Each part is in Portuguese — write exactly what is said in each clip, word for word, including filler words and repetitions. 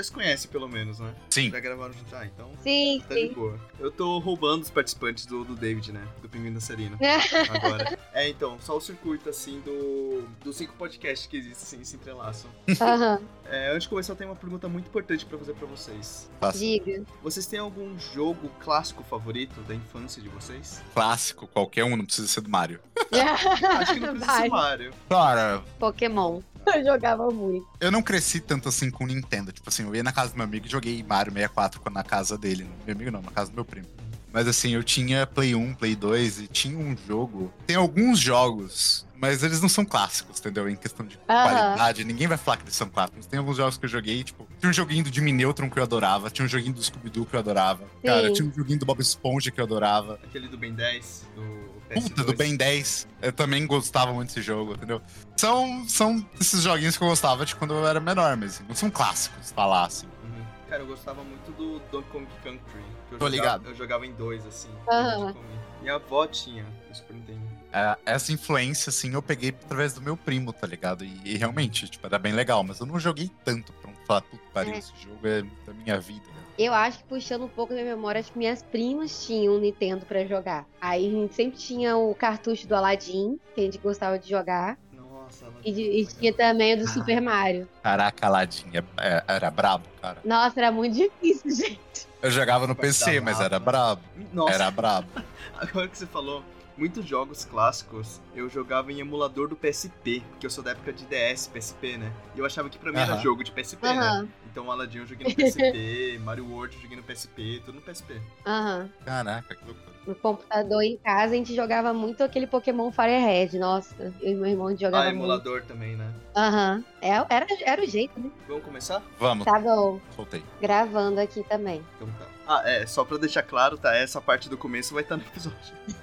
se conhecem, pelo menos, né? Sim. Já gravaram junto, ah, então Sim, tá sim. de boa. Eu tô roubando os participantes do, do David, né? Do Pinguim Dançarino. Agora. É, então, só o circuito, assim, do, dos cinco podcasts que existem, assim, se entrelaçam. Aham. É, antes de começar, eu tenho uma pergunta muito importante pra fazer pra vocês. Fácil. Diga. Vocês têm algum jogo clássico favorito da infância de vocês? Clássico, qualquer um, não precisa ser do Mario. Acho que não precisa ser Vai. Mario. Cara, Pokémon. Eu jogava muito. eu não cresci tanto assim com Nintendo. Tipo assim, eu ia na casa do meu amigo e joguei Mario sessenta e quatro na casa dele. Meu amigo não, na casa do meu primo. Mas assim, eu tinha Play um, Play dois e tinha um jogo. Tem alguns jogos, mas eles não são clássicos, entendeu? Em questão de qualidade. Ninguém vai falar que eles são clássicos. Tem alguns jogos que eu joguei, tipo, tinha um joguinho do Jimmy Neutron que eu adorava, tinha um joguinho do Scooby-Doo que eu adorava. Sim. Cara, tinha um joguinho do Bob Esponja que eu adorava. Aquele do Ben dez, do P S dois. Puta, do Ben dez. Eu também gostava muito desse jogo, entendeu? São, são esses joguinhos que eu gostava de quando eu era menor, mas não são clássicos, falar assim. Uhum. Cara, eu gostava muito do Donkey Kong Country. Que eu Tô jogava, ligado. Eu jogava em dois, assim. Aham. Minha avó tinha no Super Nintendo. É, essa influência, assim, eu peguei através do meu primo, tá ligado? E, e realmente, tipo, era bem legal, mas eu não joguei tanto pra não falar, puta, pariu, É. esse jogo é da minha vida, né? Eu acho que puxando um pouco da minha memória, acho que minhas primas tinham um Nintendo pra jogar. Aí a gente sempre tinha o cartucho do Aladdin, que a gente gostava de jogar. Nossa, ela E, de- e tinha também o do Super Mario. Caraca, Aladdin, é- é- era brabo, cara. Nossa, era muito difícil, gente. Eu jogava no Vai P C, dar mas lava. era brabo. Nossa, Era brabo. agora que você falou, muitos jogos clássicos eu jogava em emulador do P S P, porque eu sou da época de D S, P S P, né? E eu achava que pra mim era Aham. jogo de P S P, né? Aham, Então Aladdin eu joguei no P S P, Mario World eu joguei no P S P, tudo no P S P. aham. Caraca, que loucura. No computador em casa, a gente jogava muito aquele Pokémon Firehead. Nossa, eu e meu irmão a gente jogava Ah, muito. emulador também, né? Aham. É, era, era o jeito, né? Vamos começar? Vamos, Tá bom. soltei. Gravando aqui também. Então tá. Ah, é, só pra deixar claro, tá? Essa parte do começo vai estar no episódio.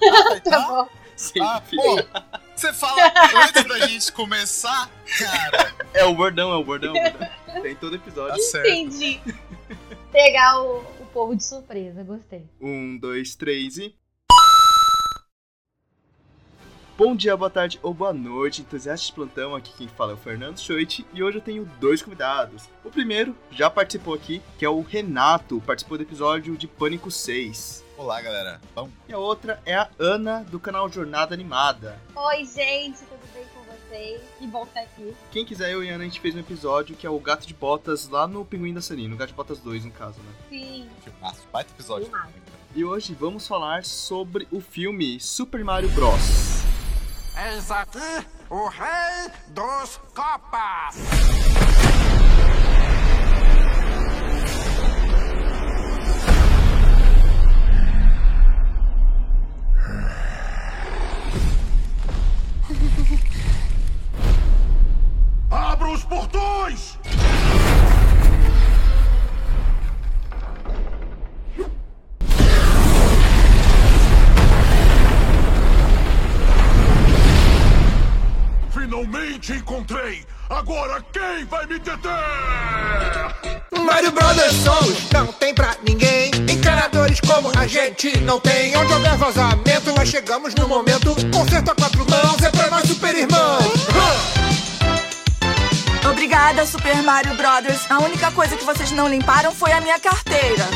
Tá bom. Sempre. Ah, pô, você fala antes da gente começar, cara. É o bordão, é o bordão, é o bordão. Tem todo episódio. Tá certo. Entendi. Pegar o, o povo de surpresa, gostei. Um, dois, três e... Bom dia, boa tarde ou boa noite, entusiastas de plantão. Aqui quem fala é o Fernando Schoit e hoje eu tenho dois convidados. O primeiro já participou aqui, que é o Renato, participou do episódio de Pânico seis. Olá, galera. Bom, E a outra é a Ana, do canal Jornada Animada. Oi, gente, tudo bem com vocês? Que bom estar aqui. Quem quiser, eu e a Ana, a gente fez um episódio que é o Gato de Botas lá no Pinguim Dançarino, o Gato de Botas dois, no caso, né? Sim. filmaço. Baita episódio. Filmaço. E hoje vamos falar sobre o filme Super Mario Bros. Eis aqui o rei dos copas! Abra os portões! Finalmente encontrei! Agora quem vai me deter? Mario Brothers somos, não tem pra ninguém. Encanadores como a gente não tem. Onde houver vazamento, nós chegamos no momento. Concerto a quatro mãos, é pra nós super irmãos. Obrigada, Super Mario Brothers. A única coisa que vocês não limparam foi a minha carteira.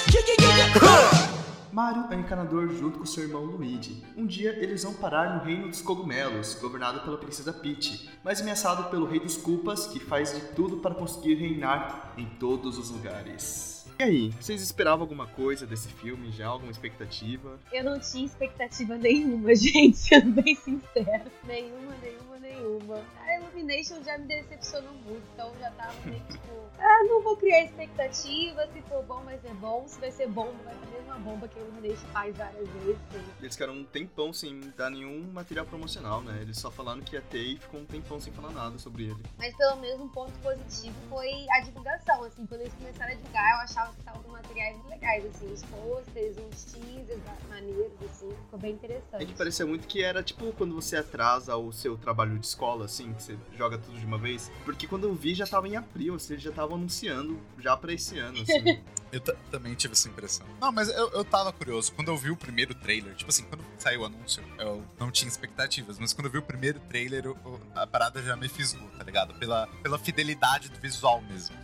Mario é um encanador junto com seu irmão Luigi. Um dia eles vão parar no reino dos cogumelos, governado pela princesa Peach, mas ameaçado pelo rei dos Koopas, que faz de tudo para conseguir reinar em todos os lugares. E aí, vocês esperavam alguma coisa desse filme já? Alguma expectativa? Eu não tinha expectativa nenhuma, gente, sendo bem sincera. Nenhuma, nenhuma, nenhuma. A Illumination já me decepcionou muito, então eu já tava meio tipo... Ah, não vou criar expectativa, se for bom vai ser bom, se vai ser bom vai ser a mesma bomba que a Illumination faz várias vezes. Eles ficaram um tempão sem dar nenhum material promocional, né? Eles só falaram que ia ter e ficou um tempão sem falar nada sobre ele. Mas pelo menos um ponto positivo foi a divulgação, assim, quando eles começaram a divulgar, eu achava que estavam com materiais muito legais, assim, os posters, uns teasers maneiros, assim, ficou bem interessante. É que parecia muito que era tipo quando você atrasa o seu trabalho de escola, assim, que você joga tudo de uma vez. Porque quando eu vi já tava em abril, ou seja, já estavam anunciando já pra esse ano, assim. Eu t- também tive essa impressão. Não, mas eu, eu tava curioso. Quando eu vi o primeiro trailer, tipo assim, quando saiu o anúncio, eu não tinha expectativas. Mas quando eu vi o primeiro trailer, eu- eu- a parada já me fisgou, tá ligado? Pela, pela fidelidade do visual mesmo, sabe?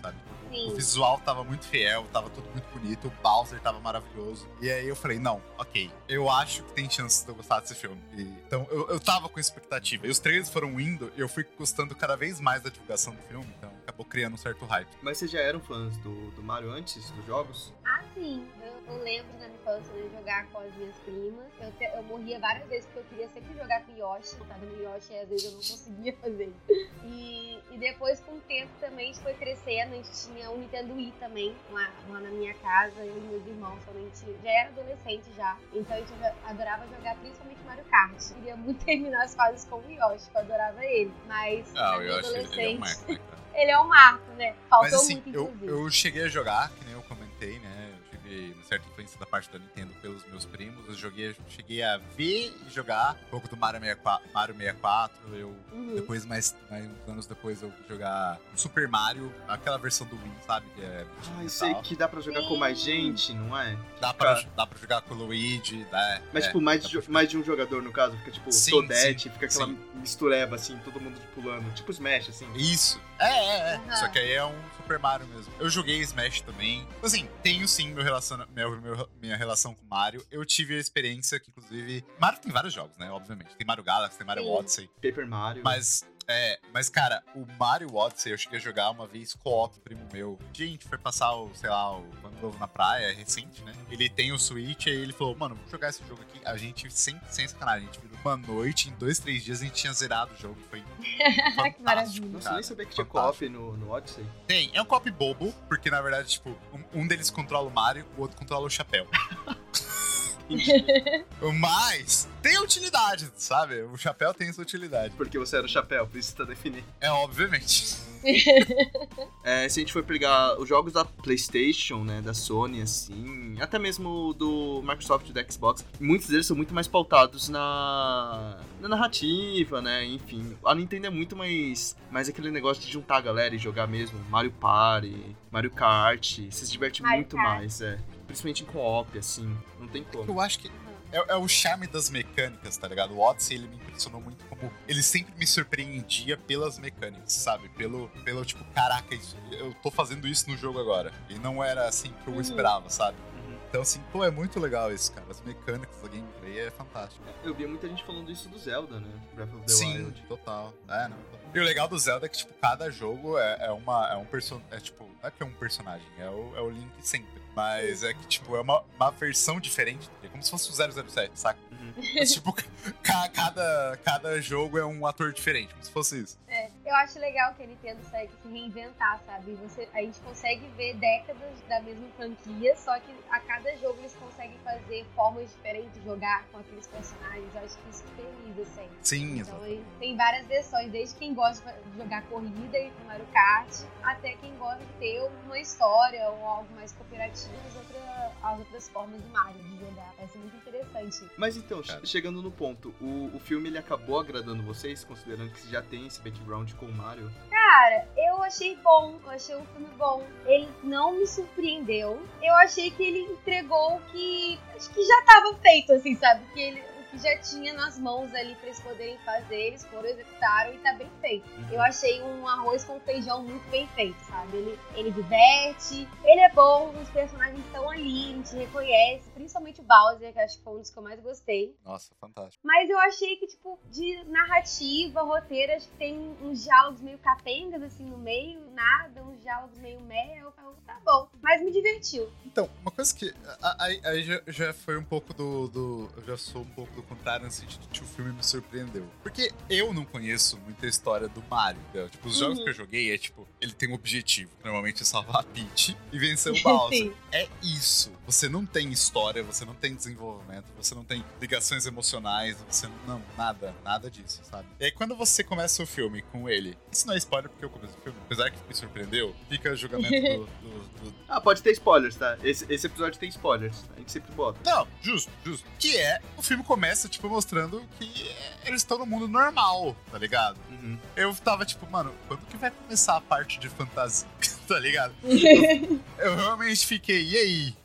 Sim. O visual tava muito fiel, tava tudo muito bonito, o Bowser tava maravilhoso. E aí eu falei, não, ok, eu acho que tem chance de eu gostar desse filme. E, então eu, eu tava com expectativa. E os trailers foram indo, e eu fui gostando cada vez mais da divulgação do filme, então acabou criando um certo hype. Mas vocês já eram fãs do, do Mario antes dos jogos? Ah, sim. Eu, eu lembro na minha infância de jogar com as minhas primas. Eu, te, eu morria várias vezes porque eu queria sempre jogar com o Yoshi. Tava no Yoshi e às vezes eu não conseguia fazer. E, e depois, com o tempo também, a gente foi crescendo. A gente tinha um Nintendo Wii também lá, lá na minha casa. Eu e meus irmãos, quando a gente já era adolescente já. Então a gente adorava jogar principalmente Mario Kart. Eu queria muito terminar as fases com o Yoshi, eu adorava ele. Mas Ah, na o minha Yoshi, ele é um adolescente... marco, né, cara? Ele é um marco, né? Faltou Mas assim, muito, eu, inclusive. eu cheguei a jogar, que nem eu comentei, né? Eu tive uma certa influência da parte da Nintendo pelos meus primos. Eu joguei, cheguei a ver e jogar um pouco do Mario sessenta e quatro. Mario sessenta e quatro eu, Uhum. depois, mais, mais uns anos depois, eu fui jogar Super Mario, aquela versão do Wii, sabe? Que é Ah, e isso aí tal. que dá pra jogar com mais gente, não é? Dá pra, Cara. dá pra jogar com o Luigi, dá, Mas, é, tipo, mais dá de, pra jogar. mais de um jogador, no caso. Fica, tipo, Sim, Toadette, sim, fica aquela sim. mistureba, assim, todo mundo pulando. Tipo Smash, assim. Isso. É, é, é. Aham. Só que aí é um Super Mario mesmo. Eu joguei Smash também. Assim, tenho sim meu relaciona... meu, meu- minha relação com Mario. Eu tive a experiência que, inclusive... Mario tem vários jogos, né? Obviamente. Tem Mario Galaxy, tem Mario Sim. Odyssey. Paper Mario. Mas... É, mas cara, o Mario Odyssey eu cheguei a jogar uma vez co-op, primo meu. Um dia a gente foi passar o, sei lá, o ano novo na praia, é recente, né? Ele tem o Switch, aí ele falou, mano, vou jogar esse jogo aqui. A gente, sem, sem sacanagem, a gente virou uma noite, em dois, três dias a gente tinha zerado o jogo. Foi fantástico, maravilha. Nossa, eu cara. nem sabia que tinha Fantástico. co-op no, no Odyssey. Tem, é um co-op bobo, porque na verdade, tipo, um, um deles controla o Mario, o outro controla o chapéu. Mas tem utilidade, sabe? O chapéu tem sua utilidade. Porque você era o chapéu, por isso tá definindo. É, obviamente. É, se a gente for pegar os jogos da PlayStation, né, da Sony, assim, até mesmo do Microsoft e do Xbox, muitos deles são muito mais pautados na, na narrativa, né, enfim. A Nintendo é muito mais, mais aquele negócio de juntar a galera e jogar mesmo. Mario Party, Mario Kart, você se diverte Mario muito Kart. mais, é. Principalmente em co-op, assim, não tem como. Eu acho que é, é o charme das mecânicas, tá ligado? O Odyssey, ele me impressionou muito como... Ele sempre me surpreendia pelas mecânicas, sabe? Pelo, pelo tipo, caraca, isso, eu tô fazendo isso no jogo agora. E não era assim que eu Uhum. esperava, sabe? Uhum. Então, assim, pô, é muito legal isso, cara. As mecânicas da gameplay é fantástico. Eu vi muita gente falando isso do Zelda, né, Breath of the Sim, Wild. total. É, não. E o legal do Zelda é que, tipo, cada jogo é, é uma... É um person... É, tipo, não é que é um personagem, é o, é o Link sempre. Mas é que, tipo, é uma, uma versão diferente. É como se fosse o zero zero sete, saca? Uhum. Mas, tipo, ca- cada, cada jogo é um ator diferente, como se fosse isso. É, eu acho legal que a Nintendo consegue se reinventar, sabe? Você, a gente consegue ver décadas da mesma franquia, só que a cada jogo eles conseguem fazer formas diferentes de jogar com aqueles personagens. Eu acho que isso é feliz, assim. Sim, Então exato. ele tem várias versões, desde quem gosta de jogar corrida e com Mario Kart, até quem gosta de ter uma história ou algo mais cooperativo, as, outra, as outras formas do Mario de jogar. Vai ser muito interessante. Mas então, Cara. chegando no ponto, o, o filme ele acabou agradando vocês, considerando que já tem esse background com o Mario? Cara, eu achei bom, eu achei um filme bom. Ele não me surpreendeu. Eu achei que ele entregou o que acho que já tava feito, assim, sabe? Que ele, o que já tinha nas mãos ali pra eles poderem fazer, eles foram, executaram e tá bem feito. Eu achei um arroz com feijão muito bem feito, sabe? Ele, ele diverte, ele é bom, os personagens estão ali, a gente reconhece, principalmente o Bowser, que acho que foi um dos que eu mais gostei. Nossa, fantástico. Mas eu achei que, tipo, de narrativa, roteiro, acho que tem uns diálogos meio capengas, assim, no meio, nada, uns diálogos meio meh, eu falo, tá bom. Mas me divertiu. Então, uma coisa que... a- Aí, aí já, já foi um pouco do, do... Eu já sou um pouco do contrário no sentido de que o filme me surpreendeu. Porque eu não conheço muita história do Mario, entendeu? Tipo, os jogos Uhum. que eu joguei é, tipo... Ele tem um objetivo. Normalmente é salvar a Peach e vencer o Bowser. Sim. É isso. Você não tem história, você não tem desenvolvimento, você não tem ligações emocionais, você não... não nada, nada disso, sabe? E aí, quando você começa o filme com ele... Isso não é spoiler porque eu começo o filme. Apesar que me surpreendeu, fica o julgamento do- do- do, Ah, pode ter spoilers, tá? Esse, esse episódio tem spoilers, a gente sempre bota. Não, justo, justo. Que é, o filme começa, tipo, mostrando que é, eles estão no mundo normal, tá ligado? Uhum. Eu tava, tipo, mano, quando que vai começar a parte de fantasia, tá ligado? Eu, eu realmente fiquei, e aí?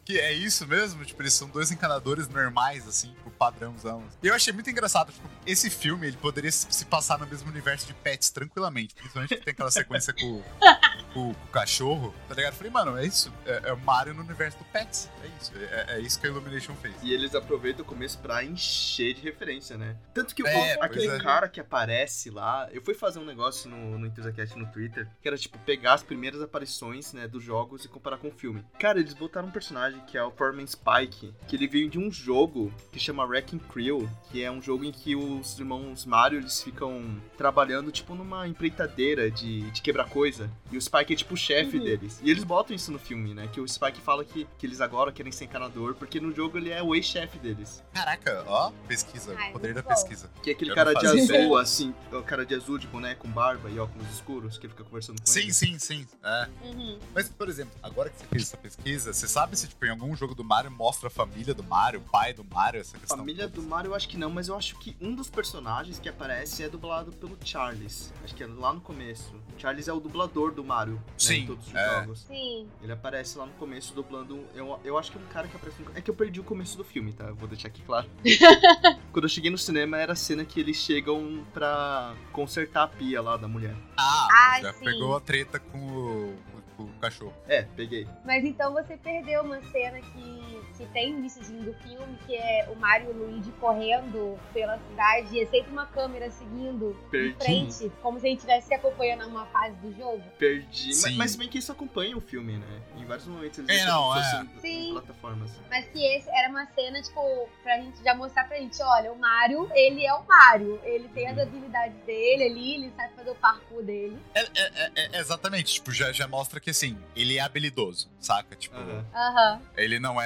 que é isso mesmo, tipo, eles são dois encanadores normais, assim, por padrãozão. E eu achei muito engraçado, tipo, esse filme, ele poderia se passar no mesmo universo de Pets tranquilamente, principalmente que tem aquela sequência com, com, com o cachorro, tá ligado? Eu falei, mano, é isso, é, é o Mario no universo do Pets, é isso, é, é isso que a Illumination fez. E eles aproveitam o começo pra encher de referência, né? Tanto que É, o, aquele pois é. cara que aparece lá, eu fui fazer um negócio no, no IntezaCast no Twitter, que era, tipo, pegar as primeiras aparições, né, dos jogos e comparar com o filme. Cara, eles botaram um personagem que é o Foreman Spike, que ele veio de um jogo que chama Wrecking Crew, que é um jogo em que os irmãos Mario, eles ficam trabalhando, tipo, numa empreitadeira de, de quebrar coisa, e o Spike é, tipo, o chefe Uhum. deles. E eles botam isso no filme, né, que o Spike fala que, que eles agora querem ser encanador, porque no jogo ele é o ex-chefe deles. Caraca, ó, pesquisa, Ai, poder da muito bom. pesquisa. Que é aquele Eu cara não de fazia azul, ideia. assim, o cara de azul, de boné com barba e óculos escuros, que ele fica conversando com Sim, ele. sim, sim, é. Uhum. Mas, por exemplo, agora que você fez essa pesquisa, você sabe se, tipo, em algum jogo do Mario mostra a família do Mario, o pai do Mario, essa questão? Família do Mario eu acho que não, mas eu acho que um dos personagens que aparece é dublado pelo Charles. Acho que é lá no começo. O Charles é o dublador do Mario, né, Sim, em todos os é. jogos. Sim. Ele aparece lá no começo dublando. Eu, eu acho que é um cara que aparece no. É que eu perdi o começo do filme, tá? Eu vou deixar aqui claro. Quando eu cheguei no cinema era a cena que eles chegam pra consertar a pia lá da mulher. Ah, Ah, já sim. pegou a treta com o, com o cachorro. É, peguei. Mas então você perdeu uma cena que, que tem no iniciozinho do filme, que é o Mario e o Luigi correndo pela cidade e é sempre uma câmera seguindo Perdi. de frente, como se a gente estivesse acompanhando uma fase do jogo. Perdi. Mas, Sim. mas se bem que isso acompanha o filme, né? Em vários momentos eles É, deixam não, como se é. fossem Sim. plataformas. Mas que esse era uma cena, tipo, pra gente já mostrar pra gente, olha, o Mario, ele é o Mario. Ele tem as habilidades dele ali, ele sabe fazer o parkour dele. É, é- é- é exatamente, tipo, já, já mostra que, assim, ele é habilidoso, saca? Tipo, Aham. Aham. ele não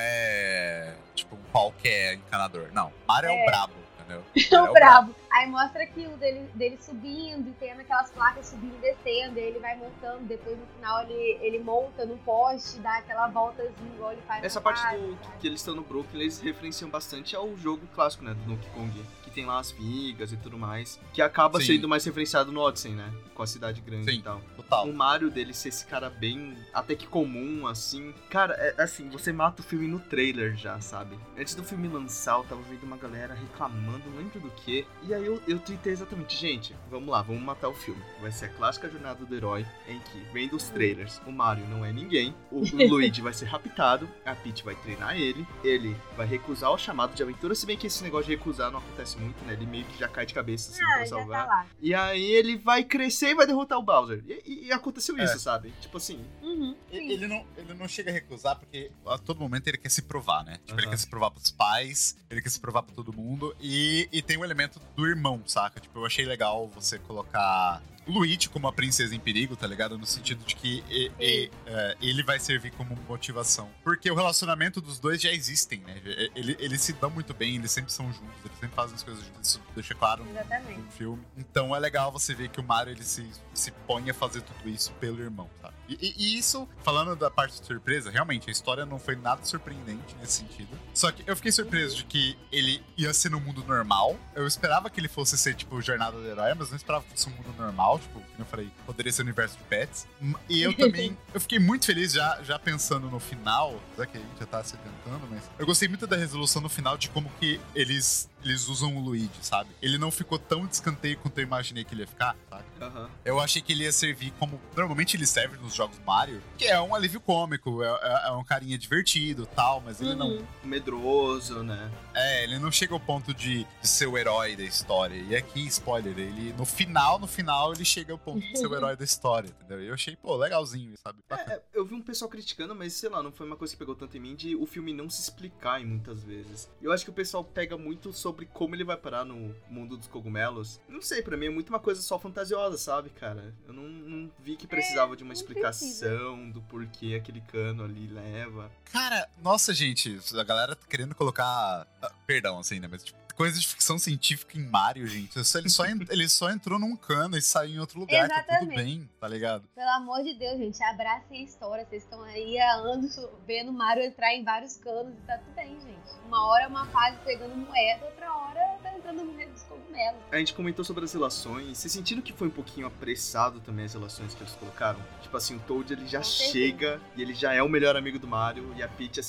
é, tipo, um qualquer encanador. Não, Mario é, É. o brabo, entendeu? É Mario o brabo. Aí mostra aquilo dele, dele subindo e tendo aquelas placas subindo e descendo. Aí ele vai montando, depois no final ele, ele monta no poste, dá aquela voltazinha igual ele faz Essa na parte fase, do sabe? que eles estão no Brooklyn, eles referenciam bastante ao jogo clássico, né, do Donkey Kong, que tem lá as vigas e tudo mais, que acaba Sim. sendo mais referenciado no Odyssey, né, com a cidade grande Sim. e tal. Total. O Mario dele ser esse cara bem, até que comum, assim. Cara, é assim, você mata o filme no trailer já, sabe? Antes do filme lançar, eu tava vendo uma galera reclamando, não lembro do que. E aí eu, eu tuitei exatamente, gente, vamos lá, vamos matar o filme. Vai ser a clássica jornada do herói, em que, vem dos trailers, o Mario não é ninguém, o, o Luigi vai ser raptado, a Peach vai treinar ele, ele vai recusar o chamado de aventura, se bem que esse negócio de recusar não acontece muito, né? Ele meio que já cai de cabeça, assim, Ah, pra já salvar. tá lá. E aí ele vai crescer e vai derrotar o Bowser. E, e- e aconteceu É. isso, sabe? Tipo assim, Uhum, sim. Ele não, ele não chega a recusar porque a todo momento ele quer se provar, né? Tipo, ele Aham. quer se provar pros pais, ele quer se provar pra todo mundo. E, e tem o elemento do irmão, saca? Tipo, eu achei legal você colocar o Luigi como a princesa em perigo, tá ligado? No sentido de que e- e, é, ele vai servir como motivação. Porque o relacionamento dos dois já existem, né? Ele- Eles se dão muito bem, eles sempre são juntos, eles sempre fazem as coisas juntos, isso deixa claro no, Exatamente. no filme. Então é legal você ver que o Mario ele se, se põe a fazer tudo isso pelo irmão, sabe? E, e- e isso, falando da parte de surpresa, realmente a história não foi nada surpreendente nesse sentido. Só que eu fiquei surpreso de que ele ia ser no mundo normal. Eu esperava que ele fosse ser, tipo, Jornada do Herói, mas não esperava que fosse um mundo normal, tipo, como eu falei, poderia ser o universo de Pets. E eu também, eu fiquei muito feliz já, já pensando no final, já que a gente já tá se adiantando, mas eu gostei muito da resolução no final de como que eles, eles usam o Luigi, sabe? Ele não ficou tão de escanteio quanto eu imaginei que ele ia ficar, sabe? aham. Eu achei que ele ia servir como. Normalmente ele serve nos jogos Mario, que é um alívio cômico, é, é- é um carinha divertido e tal, mas ele não. Uhum. Medroso, né? É, ele não chega ao ponto de, de ser o herói da história. E aqui, spoiler, ele. No final, no final, ele chega ao ponto de ser o herói da história, entendeu? E eu achei, pô, legalzinho, sabe? Bacana. É, eu vi um pessoal criticando, mas sei lá, não foi uma coisa que pegou tanto em mim de o filme não se explicar em muitas vezes. Eu acho que o pessoal pega muito sobre como ele vai parar no mundo dos cogumelos. Não sei, pra mim é muito uma coisa só fantasiosa, sabe, cara? Eu não, não vi que precisava de uma não explicação do porquê aquele cano ali leva. Cara, nossa, gente, a galera tá querendo colocar. ah, Perdão, assim, né? Mas, tipo, coisa de ficção científica em Mario, gente. Ele só, en- ele só entrou num cano e saiu em outro lugar, tá tudo Exatamente. bem, tá ligado? Pelo amor de Deus, gente, abracem a história. Vocês estão aí há anos vendo o Mario entrar em vários canos e tá tudo bem, gente. Uma hora é uma fase pegando moeda, outra hora tá entrando no meio dos cogumelos. A gente comentou sobre as relações. Vocês sentiram que foi um pouquinho apressado também as relações que eles colocaram? Tipo assim, o Toad ele já Com certeza. chega e ele já é o melhor amigo do Mario. E a Peach, assim,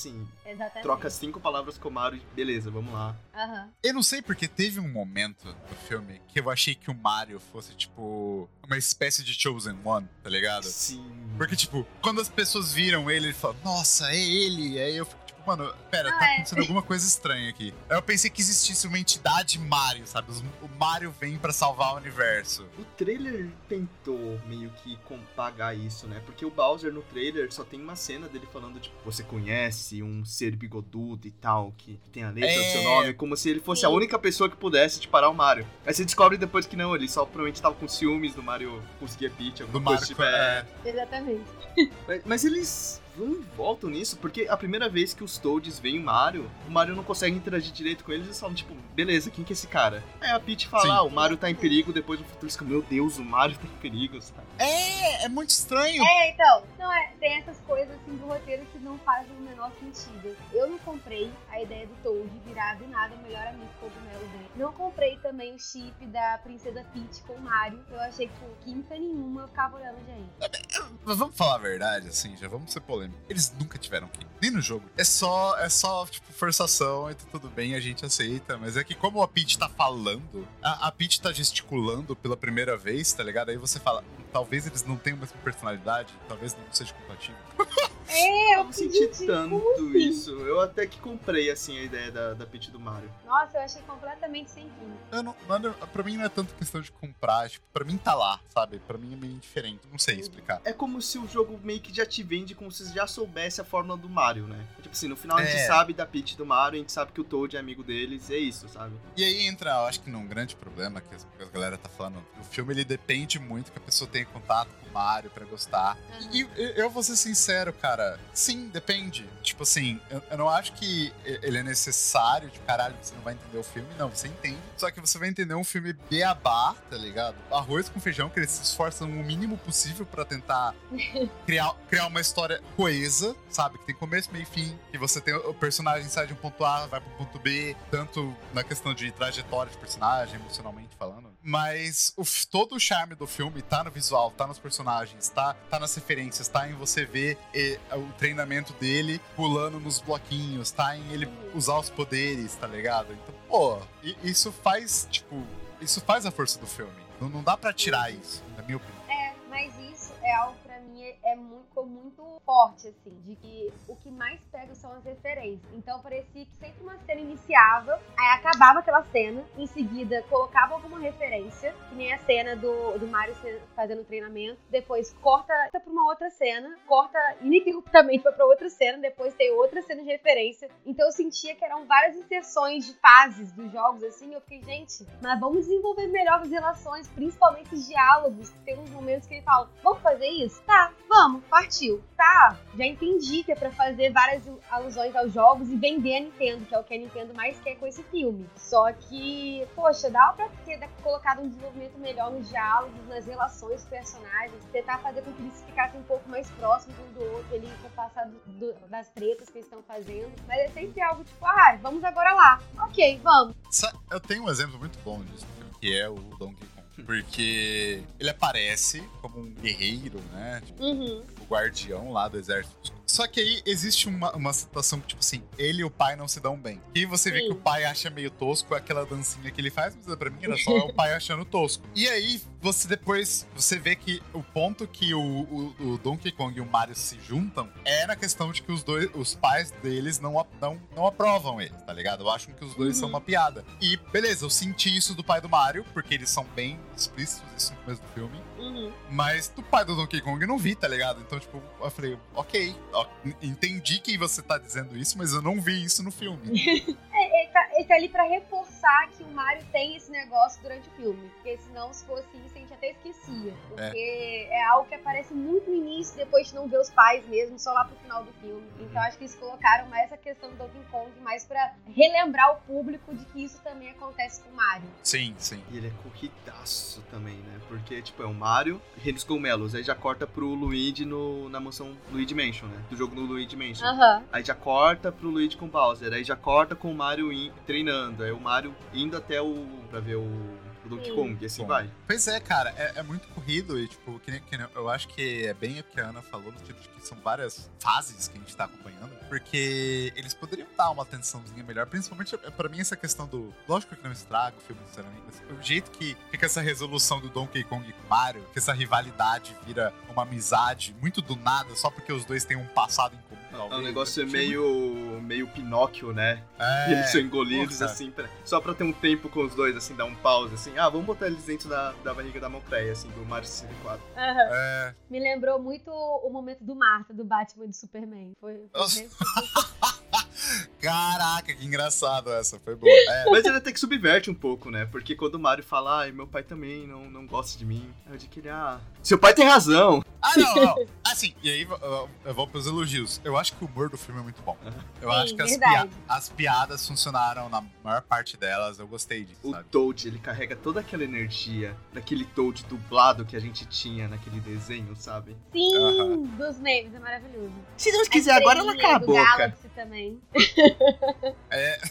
Exatamente. troca cinco palavras com o Mario e beleza, vamos lá. Aham. Eu não sei porque teve um momento do filme que eu achei que o Mario fosse, tipo, uma espécie de Chosen One, tá ligado? Sim. Porque, tipo, quando as pessoas viram ele, ele falam, nossa, é ele. Aí eu fico, tipo, mano, pera, Ah, tá é. acontecendo alguma coisa estranha aqui. Aí eu pensei que existisse uma entidade Mario, sabe? Os- O Mario vem pra salvar o universo. O trailer tentou meio que compagar isso, né? Porque o Bowser no trailer só tem uma cena dele falando, tipo, você conhece um ser bigodudo e tal, que tem a letra do É. seu nome, como se ele fosse a Sim. única pessoa que pudesse te parar o Mario. Aí você descobre depois que não, ele só provavelmente tava com ciúmes do Mario conseguir a Peach, alguma Do coisa Mario, tipo, é. é. Exatamente. Mas, mas eles vão e voltam nisso, porque a primeira vez que os Toads veem o Mario, o Mario não consegue interagir direito com eles, eles falam, tipo, beleza, quem que é esse cara? Aí a Peach fala, Sim. ah, o Mario tá em perigo, depois no futuro eles ficam, meu Deus, o Mario tá em perigo, sabe? É, é muito estranho. É, então, não é, tem essas coisas assim do roteiro que não fazem o menor sentido. Eu não comprei a ideia do Toad virar do nada o melhor amigo cogumelo dele. Não comprei também o chip da Princesa Peach com o Mario. Eu achei que, tipo, química nenhuma, eu ficava olhando, gente. Mas vamos falar a verdade, assim, já vamos ser polêmicos. Eles nunca tiveram que nem no jogo. É só, é só tipo, forçação e tá tudo bem, a gente aceita. Mas é que como a Peach tá falando, a, a Peach tá gesticulando pela primeira vez, tá ligado? Aí você fala, talvez eles não tenham a mesma personalidade, talvez não seja compatível. É, Eu eu não senti gente, tanto como assim? isso. Eu até que comprei, assim, a ideia da, da Peach do Mario. Nossa, eu achei completamente sem química. Eu não, mano, pra mim não é tanto questão de comprar, tipo, pra mim tá lá, sabe? Pra mim é meio indiferente, não sei explicar. É como se o jogo meio que já te vende como se você já soubesse a fórmula do Mario, né? Tipo assim, no final a gente É. sabe da Peach do Mario, a gente sabe que o Toad é amigo deles, é isso, sabe? E aí entra, eu acho que num grande problema que as- que a galera tá falando. O filme, ele depende muito que a pessoa tenha contato com o Mario pra gostar. Aham. E eu, eu vou ser sincero, cara. Sim, depende. Tipo assim, eu, eu não acho que ele é necessário, de caralho, você não vai entender o filme. Não, você entende. Só que você vai entender um filme beabá, tá ligado? Arroz com feijão, que eles se esforçam o mínimo possível pra tentar criar, criar uma história coesa, sabe? Que tem começo, meio e fim. Que você tem o personagem sai de um ponto A, vai pro ponto B. Tanto na questão de trajetória de personagem, emocionalmente falando. Mas o f- todo o charme do filme tá no visual, tá nos personagens, tá, tá nas referências, tá em você ver eh, o treinamento dele pulando nos bloquinhos, tá em ele usar os poderes, tá ligado? Então, pô, i- isso faz, tipo, isso faz a força do filme. Não, não dá pra tirar isso, na minha opinião. É, mas isso é algo pra mim é, é muito, ficou muito forte, assim, de que o que mais pega são as referências. Então parecia que sempre uma cena iniciava, aí acabava aquela cena, em seguida colocava alguma referência, que nem a cena do, do Mario se- fazendo treinamento, depois corta pra uma outra cena, corta ininterruptamente pra outra cena, depois tem outra cena de referência. Então eu sentia que eram várias inserções de fases dos jogos, assim, eu fiquei, gente, mas vamos desenvolver melhor as relações, principalmente os diálogos, que tem uns momentos que ele fala, vamos fazer isso? Tá, vamos, partiu. Tá, já entendi que é pra fazer várias alusões aos jogos e vender a Nintendo, que é o que a Nintendo mais quer com esse filme. Só que, poxa, dá pra ter colocado um desenvolvimento melhor nos diálogos, nas relações dos personagens, tentar fazer com que eles ficassem um pouco mais próximos um do outro ali, com o passar do- do- das tretas que eles estão fazendo. Mas é sempre algo tipo, ah, vamos agora lá. Ok, vamos. Sa- Eu tenho um exemplo muito bom disso, que é o Donkey Kong. Porque ele aparece como um guerreiro, né? Tipo, Uhum. o guardião lá do exército. Só que aí existe uma, uma situação que, tipo assim, ele e o pai não se dão bem. E você vê Sim. que o pai acha meio tosco aquela dancinha que ele faz, mas pra mim era só o pai achando tosco. E aí, você depois, você vê que o ponto que o, o, o Donkey Kong e o Mario se juntam é na questão de que os dois, os pais deles não, a- não, não aprovam eles, tá ligado? Acham que os dois Uhum. são uma piada. E, beleza, eu senti isso do pai do Mario, porque eles são bem explícitos isso no começo do filme. Uhum. Mas do pai do Donkey Kong eu não vi, tá ligado? Então, tipo, eu falei, ok, ó, entendi que você tá dizendo isso, mas eu não vi isso no filme. É, ele tá, ele tá ali pra reforçar que o Mario tem esse negócio durante o filme. Porque senão, se fosse isso, a gente até esquecia. Porque é, algo que aparece muito no início, depois de não ver os pais mesmo, só lá pro final do filme. Então acho que eles colocaram mais essa questão do Donkey Kong, mais pra relembrar o público de que isso também acontece com o Mario. Sim, sim. E ele é corridaço também, né? Porque, tipo, é o Mario, Rei dos Cogumelos, aí já corta pro Luigi no, na mansão Luigi Mansion, né? Do jogo no Luigi Mansion. Aham. Aí já corta pro Luigi com o Bowser, aí já corta com o Mario in- treinando, aí o Mario indo até o... pra ver o o Donkey Sim. Kong, e assim Bom. vai. Pois é, cara, é, é muito corrido e, tipo, que nem, que nem- eu acho que é bem o que a Ana falou, no sentido de que são várias fases que a gente tá acompanhando, porque eles poderiam dar uma atençãozinha melhor, principalmente pra mim essa questão do... Lógico que não estraga o filme, sinceramente, mas o jeito que fica essa resolução do Donkey Kong com Mario, que essa rivalidade vira uma amizade muito do nada, só porque os dois têm um passado em comum. É talvez. um negócio Eu achei meio, meio Pinóquio, né? É, E eles são engolidos, porra. assim, pra- só pra ter um tempo com os dois, assim, dar um pause, assim. Ah, vamos botar eles dentro da, da barriga da Mocreia, assim, do Mario sessenta e quatro. Aham. É, Me lembrou muito o momento do Marta, do Batman e do Superman. Foi, foi Nossa. bem- caraca, que engraçado essa, foi boa. É, Mas ele até que subverte um pouco, né? Porque quando o Mario fala, ai, meu pai também não, não gosta de mim, eu de que ele, ah, seu pai tem razão. Ah, não, não. Assim, e aí eu, eu vou pros elogios. Eu acho que o humor do filme é muito bom. Eu Sim, acho que as, verdade. pia- as piadas funcionaram na maior parte delas. Eu gostei disso, O sabe? Toad, ele carrega toda aquela energia daquele Toad dublado que a gente tinha naquele desenho, sabe? Sim, Aham. dos memes, é maravilhoso. Se Deus A quiser, agora ela estrelinha cala a do boca. Galaxy também. É,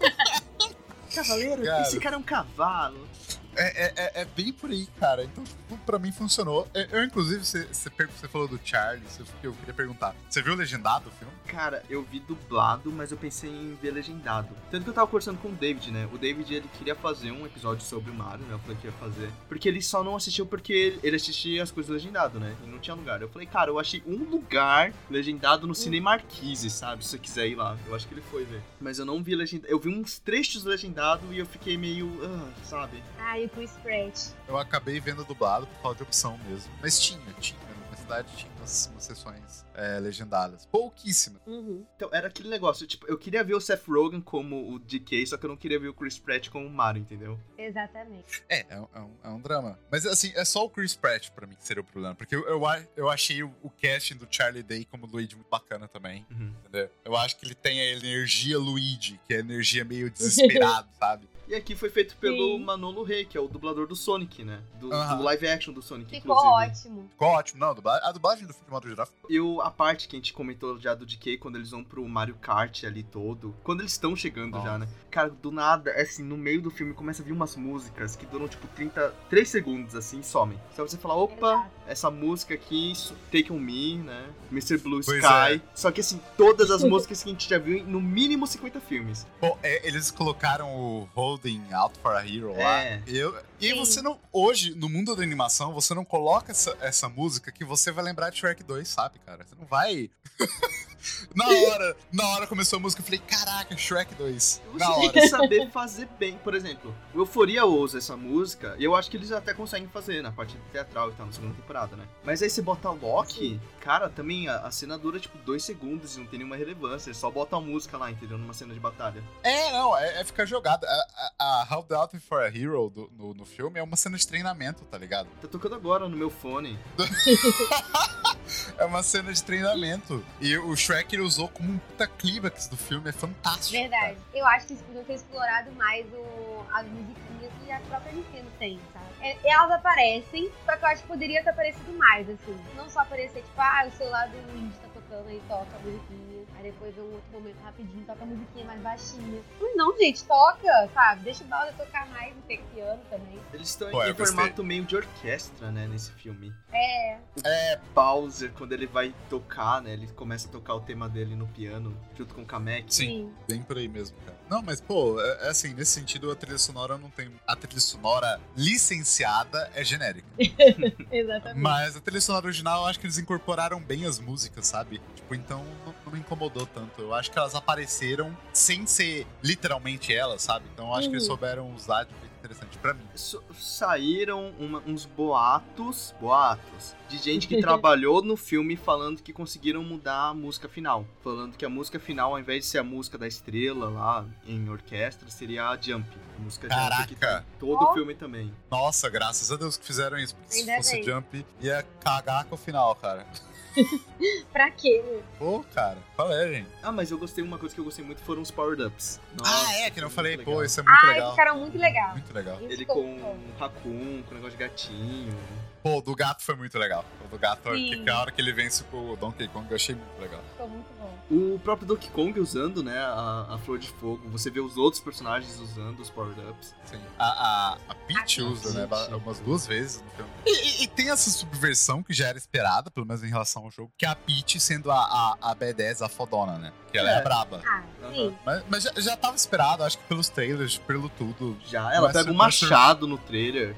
Cavaleiro, Cara. esse cara é um cavalo. é, é, é- é bem por aí, cara. Então, tipo, pra mim funcionou. Eu, eu, inclusive, você, você, per- você falou do Charlie, eu, eu queria perguntar. Você viu o legendado o filme? Cara, eu vi dublado, mas eu pensei em ver legendado. Tanto que eu tava conversando com o David, né? O David, ele queria fazer um episódio sobre o Mario, né? Eu falei que ia fazer. Porque ele só não assistiu porque ele- ele assistia as coisas legendado, né? E não tinha lugar. Eu falei, cara, eu achei um lugar legendado no Cinema Marquise, sabe? Se você quiser ir lá. Eu acho que ele foi ver. Mas eu não vi legendado. Eu vi uns trechos legendado e eu fiquei meio, ah, sabe? Ah, e o Chris Pratt. Eu acabei vendo dublado por causa de opção mesmo. Mas tinha, tinha. Na cidade tinha umas, umas sessões é, legendadas. Pouquíssimas. Uhum. Então, era aquele negócio, tipo, eu queria ver o Seth Rogen como o D K, só que eu não queria ver o Chris Pratt como o Mario, entendeu? Exatamente. É, é um, é um- é um drama. Mas assim, é só o Chris Pratt pra mim que seria o problema. Porque eu, eu, a- eu achei o, o casting do Charlie Day como Luigi muito bacana também. Uhum. Entendeu? Eu acho que ele tem a energia Luigi, que é a energia meio desesperado, sabe? E aqui foi feito pelo Sim. Manolo Rey, que é o dublador do Sonic, né? Do, Aham. do live action do Sonic, Ficou inclusive. ótimo. Ficou ótimo. Não, a dubla- a dublagem do filme, de modo geral, Eu, a parte que a gente comentou já do D K, quando eles vão pro Mario Kart ali todo, quando eles estão chegando Nossa. já, né? Cara, do nada, assim, no meio do filme começa a vir umas músicas que duram, tipo, trinta, três segundos, assim, e somem. Só você falar, opa, Exato. essa música aqui, isso- Take On Me, né? mister Blue Pois Sky. é. Só que, assim, todas as músicas que a gente já viu em, no mínimo, cinquenta filmes. Pô, é, eles colocaram o Holding Out for a Hero lá. É. Eu, e aí Sim. você não. Hoje, no mundo da animação, você não coloca essa, essa música que você vai lembrar de Shrek dois, sabe, cara? Você não vai. na hora, na hora começou a música, eu falei, caraca, Shrek dois. Você Na tem hora. que saber fazer bem. Por exemplo, o Euforia usa essa música, e eu acho que eles até conseguem fazer na parte teatral e tal, na segunda temporada, né? Mas aí você bota Loki, cara, também a, a cena dura tipo dois segundos e não tem nenhuma relevância. Eles só bota a música lá, entendeu? Numa cena de batalha. É, não, é, é ficar jogado. A, a, a How the Out for a Hero do- no, no filme é uma cena de treinamento, tá ligado? Tá tocando agora no meu fone. É uma cena de treinamento. E o Shrek ele usou como um puta clímax do filme, é fantástico. Verdade. Eu acho que eles podiam ter explorado mais o, as musiquinhas que a própria Nintendo tem, sabe? É, elas aparecem, só que eu acho que poderia ter aparecido mais, assim. Não só aparecer, tipo, ah, o celular do Luigi tá tocando, aí toca a musiquinha. Aí depois vem um outro momento rapidinho, toca a musiquinha mais baixinha. Mas não, gente, toca, sabe? Deixa o Bowser tocar mais, não tem piano também. Eles estão Pô, em eu gostei. formato meio de orquestra, né? Nesse filme. É, Bowser, quando ele vai tocar, né? Ele começa a tocar o tema dele no piano, junto com o Kamek. Sim. sim. Bem por aí mesmo, cara. Não, mas, pô, é, é assim, nesse sentido, a trilha sonora não tem. A trilha sonora licenciada é genérica. Exatamente. Mas a trilha sonora original, eu acho que eles incorporaram bem as músicas, sabe? Tipo, então não, não me incomodou tanto. Eu acho que elas apareceram sem ser literalmente elas, sabe? Então eu acho que eles Uhum. souberam usar de um jeito interessante pra mim. So- saíram uma- uns boatos, boatos, de gente que trabalhou no filme falando que conseguiram mudar a música final. Falando que a música final, ao invés de ser a música da estrela lá em orquestra, seria a Jump. A música Jump que tá Caraca. em todo Ó. o filme também. Nossa, graças a Deus que fizeram isso. Porque se Ainda fosse bem. Jump, ia cagar com o final, cara. Pra quê? Pô, cara, qual é, gente? Ah, mas eu gostei, uma coisa que eu gostei muito foram os power-ups. Nossa, ah, é, que não muito falei, legal. pô, isso é muito Ai, legal. ficaram muito legal. Muito legal. Isso Ele ficou com muito bom. um raccoon, com negócio de gatinho. Pô, o do gato foi muito legal. O do gato, Sim. que a hora que ele vence com o Donkey Kong, eu achei muito legal. Ficou muito bom. O próprio Donkey Kong usando, né, a, a flor de fogo. Você vê os outros personagens usando os power-ups. Sim. A, a, a Peach A usa, né, Peach. umas duas vezes no filme. E, e- e tem essa subversão que já era esperada, pelo menos em relação ao jogo, que é a Peach sendo a, a, a B dez, a fodona, né? Que ela é, É. a braba. Ah, sim. Mas, mas já, já tava esperado, acho que pelos trailers, pelo tudo. Já, ela Mas pega um sur- machado no trailer.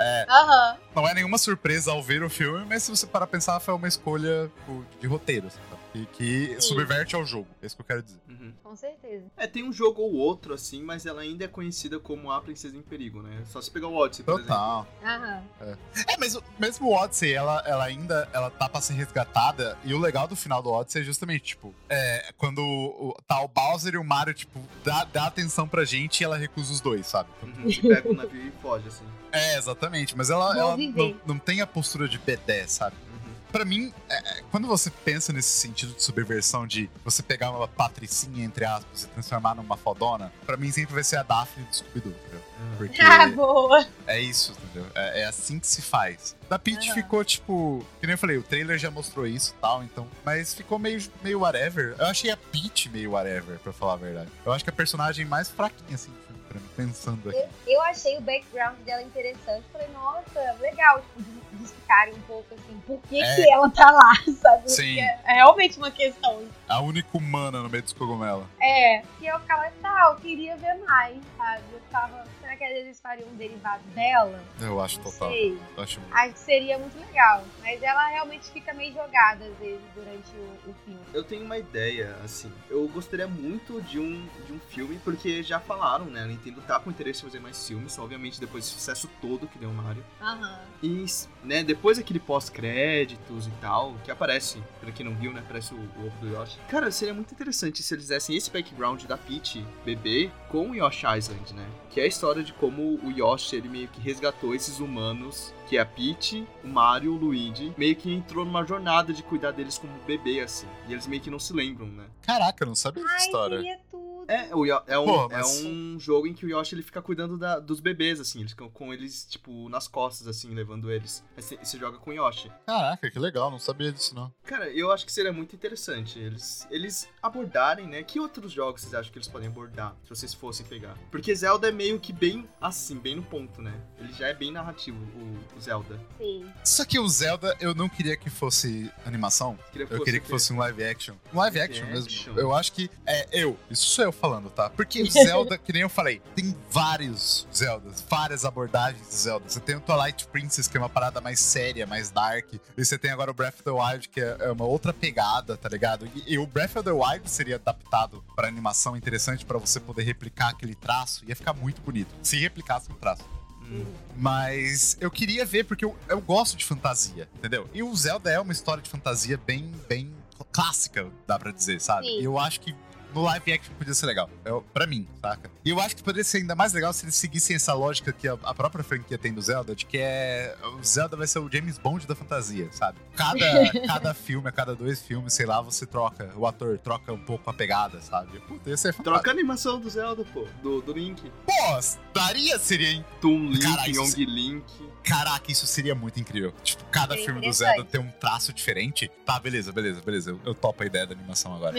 Aham. Não é nenhuma surpresa ao ver o filme, mas se você parar pra pensar, foi uma escolha tipo, de roteiro, assim, sabe? E que Sim. subverte ao jogo. É isso que eu quero dizer. Uhum. Com certeza. É, tem um jogo ou outro, assim, mas ela ainda é conhecida como a Princesa em Perigo, né? Só se pegar o Odyssey, por Total. Aham. É, mas o- mesmo o Odyssey, ela, ela ainda ela tá pra ser resgatada. E o legal do final do Odyssey é justamente, tipo, é, quando o, o- tá o Bowser e o Mario, tipo, dá, dá atenção pra gente e ela recusa os dois, sabe? exemplo. Uhum. Você pega o navio e foge, assim. É, exatamente. Mas ela, Vou ela viver. não, não tem a postura de B dez, sabe? Uhum. Pra mim, é, é, quando você pensa nesse sentido de subversão, de você pegar uma patricinha, entre aspas, e transformar numa fodona, pra mim sempre vai ser a Daphne do Scooby-Doo, entendeu? Porque Ah, boa. é isso, entendeu? É, é assim que se faz. Da Peach Aham. ficou, tipo... Que nem eu falei, o trailer já mostrou isso e tal, então... Mas ficou meio, meio whatever. Eu achei a Peach meio whatever, pra falar a verdade. Eu acho que a personagem mais fraquinha, assim, do filme, pra mim, pensando aqui. Eu, eu achei o background dela interessante. Falei, nossa, legal, tipo, de, de explicarem um pouco, assim, por que, É. que ela tá lá, sabe? Sim. Porque é, é realmente uma questão. A única humana no meio dos cogumelos. É, que eu ficava, tá, eu queria ver mais, sabe? Eu ficava, será que às vezes eles fariam um derivado dela? Eu acho Não total. sei. Eu acho muito. Acho que seria muito legal. Mas ela realmente fica meio jogada, às vezes, durante o, o filme. Eu tenho uma ideia, assim. Eu gostaria muito de um, de um filme, porque já falaram, né? A Nintendo tá com interesse em fazer mais filmes, obviamente depois do sucesso todo que deu o Mario. Aham. E, né, depois aquele pós-créditos e tal, que aparece, pra quem não viu, né? Aparece o, o ovo do Yoshi. Cara, seria muito interessante se eles fizessem esse background da Peach, bebê, com o Yoshi Island, né? Que é a história de como o Yoshi, ele meio que resgatou esses humanos, que é a Peach, o Mario, o Luigi, meio que entrou numa jornada de cuidar deles como bebê, assim. E eles meio que não se lembram, né? Caraca, eu não sabia dessa Ai, história. seria tudo. É, o Yo- é, um, Pô, mas- é um jogo em que o Yoshi ele fica cuidando da- dos bebês, assim. Eles ficam com eles, tipo, nas costas, assim, levando eles. Aí você- você joga com o Yoshi. Caraca, que legal, não sabia disso, não. Cara, eu acho que seria muito interessante eles, eles abordarem, né? Que outros jogos vocês acham que eles podem abordar, se vocês fossem pegar? Porque Zelda é meio que bem assim, bem no ponto, né? Ele já é bem narrativo, o, o Zelda. Sim. Só que o Zelda, eu não queria que fosse animação. Queria Eu queria que o quê? fosse um live action. Um live Live action action. mesmo. Eu acho que é eu. Isso sou eu falando, tá? Porque o Zelda, que nem eu falei, tem vários Zeldas, várias abordagens de Zelda. Você tem o Twilight Princess, que é uma parada mais séria, mais dark. E você tem agora o Breath of the Wild, que é é uma outra pegada, tá ligado? E, e o Breath of the Wild seria adaptado pra animação interessante pra você poder replicar aquele traço. Ia ficar muito bonito. Se replicasse o traço. Hum. Mas eu queria ver, porque eu, eu gosto de fantasia, entendeu? E o Zelda é uma história de fantasia bem, bem clássica, dá pra dizer, sabe? Sim. E eu acho que no live action podia ser legal. Eu, pra mim, saca? E eu acho que poderia ser ainda mais legal se eles seguissem essa lógica que a, a própria franquia tem do Zelda, de que é. O Zelda vai ser o James Bond da fantasia, sabe? Cada, cada filme, a cada dois filmes, sei lá, você troca, o ator troca um pouco a pegada, sabe? Puta, ia ser fantástico. Troca a animação do Zelda, pô. Do, do Link. Pô, daria, seria. Toon Link, Cara, isso- Young Link. Caraca, isso seria muito incrível. Tipo, cada Seria filme do interessante. Zelda ter um traço diferente. Tá, beleza, beleza, beleza. Eu, eu topo a ideia da animação agora.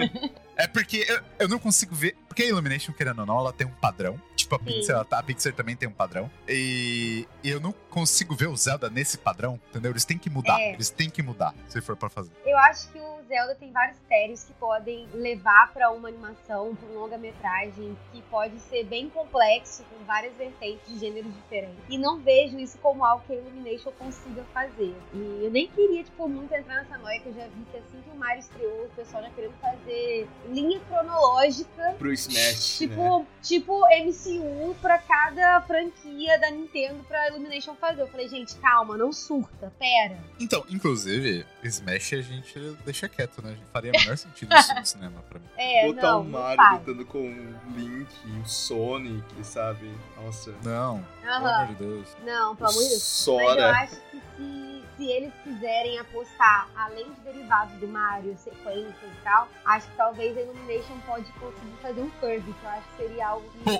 É porque eu, eu não consigo ver. Porque a Illumination, querendo ou não, ela tem um padrão. Tipo, a Sim. Pixar, ela tá- a Pixar também tem um padrão. E, e eu não consigo ver o Zelda nesse padrão, entendeu? Eles têm que mudar. É. Eles têm que mudar, se for pra fazer. Eu acho que o Zelda tem vários critérios que podem levar pra uma animação, pra um longa-metragem, que pode ser bem complexo, com várias vertentes de gêneros diferentes. E não vejo isso como algo que a Illumination consiga fazer. E eu nem queria, tipo, muito entrar nessa noia, que eu já vi que assim que o Mario estreou, o pessoal já querendo fazer linha cronológica, Pro Smash, né? tipo, tipo M C U pra cada franquia da Nintendo pra Illumination fazer. Eu falei, gente, calma, não surta, pera. Então, inclusive, Smash a gente deixa quieto, né? A gente faria o menor sentido isso no cinema pra mim. É, Botar não, o não Mario faz. lutando com o Link, o Sonic, sabe? Nossa. Não, pelo Aham. amor de Deus. Não, pelo amor de Deus. Mas eu Sora. acho que se, se eles quiserem apostar, além de derivados do Mario, sequências e tal, acho que talvez a Illumination pode conseguir fazer um Kirby, que eu acho que seria algo que, Pô. na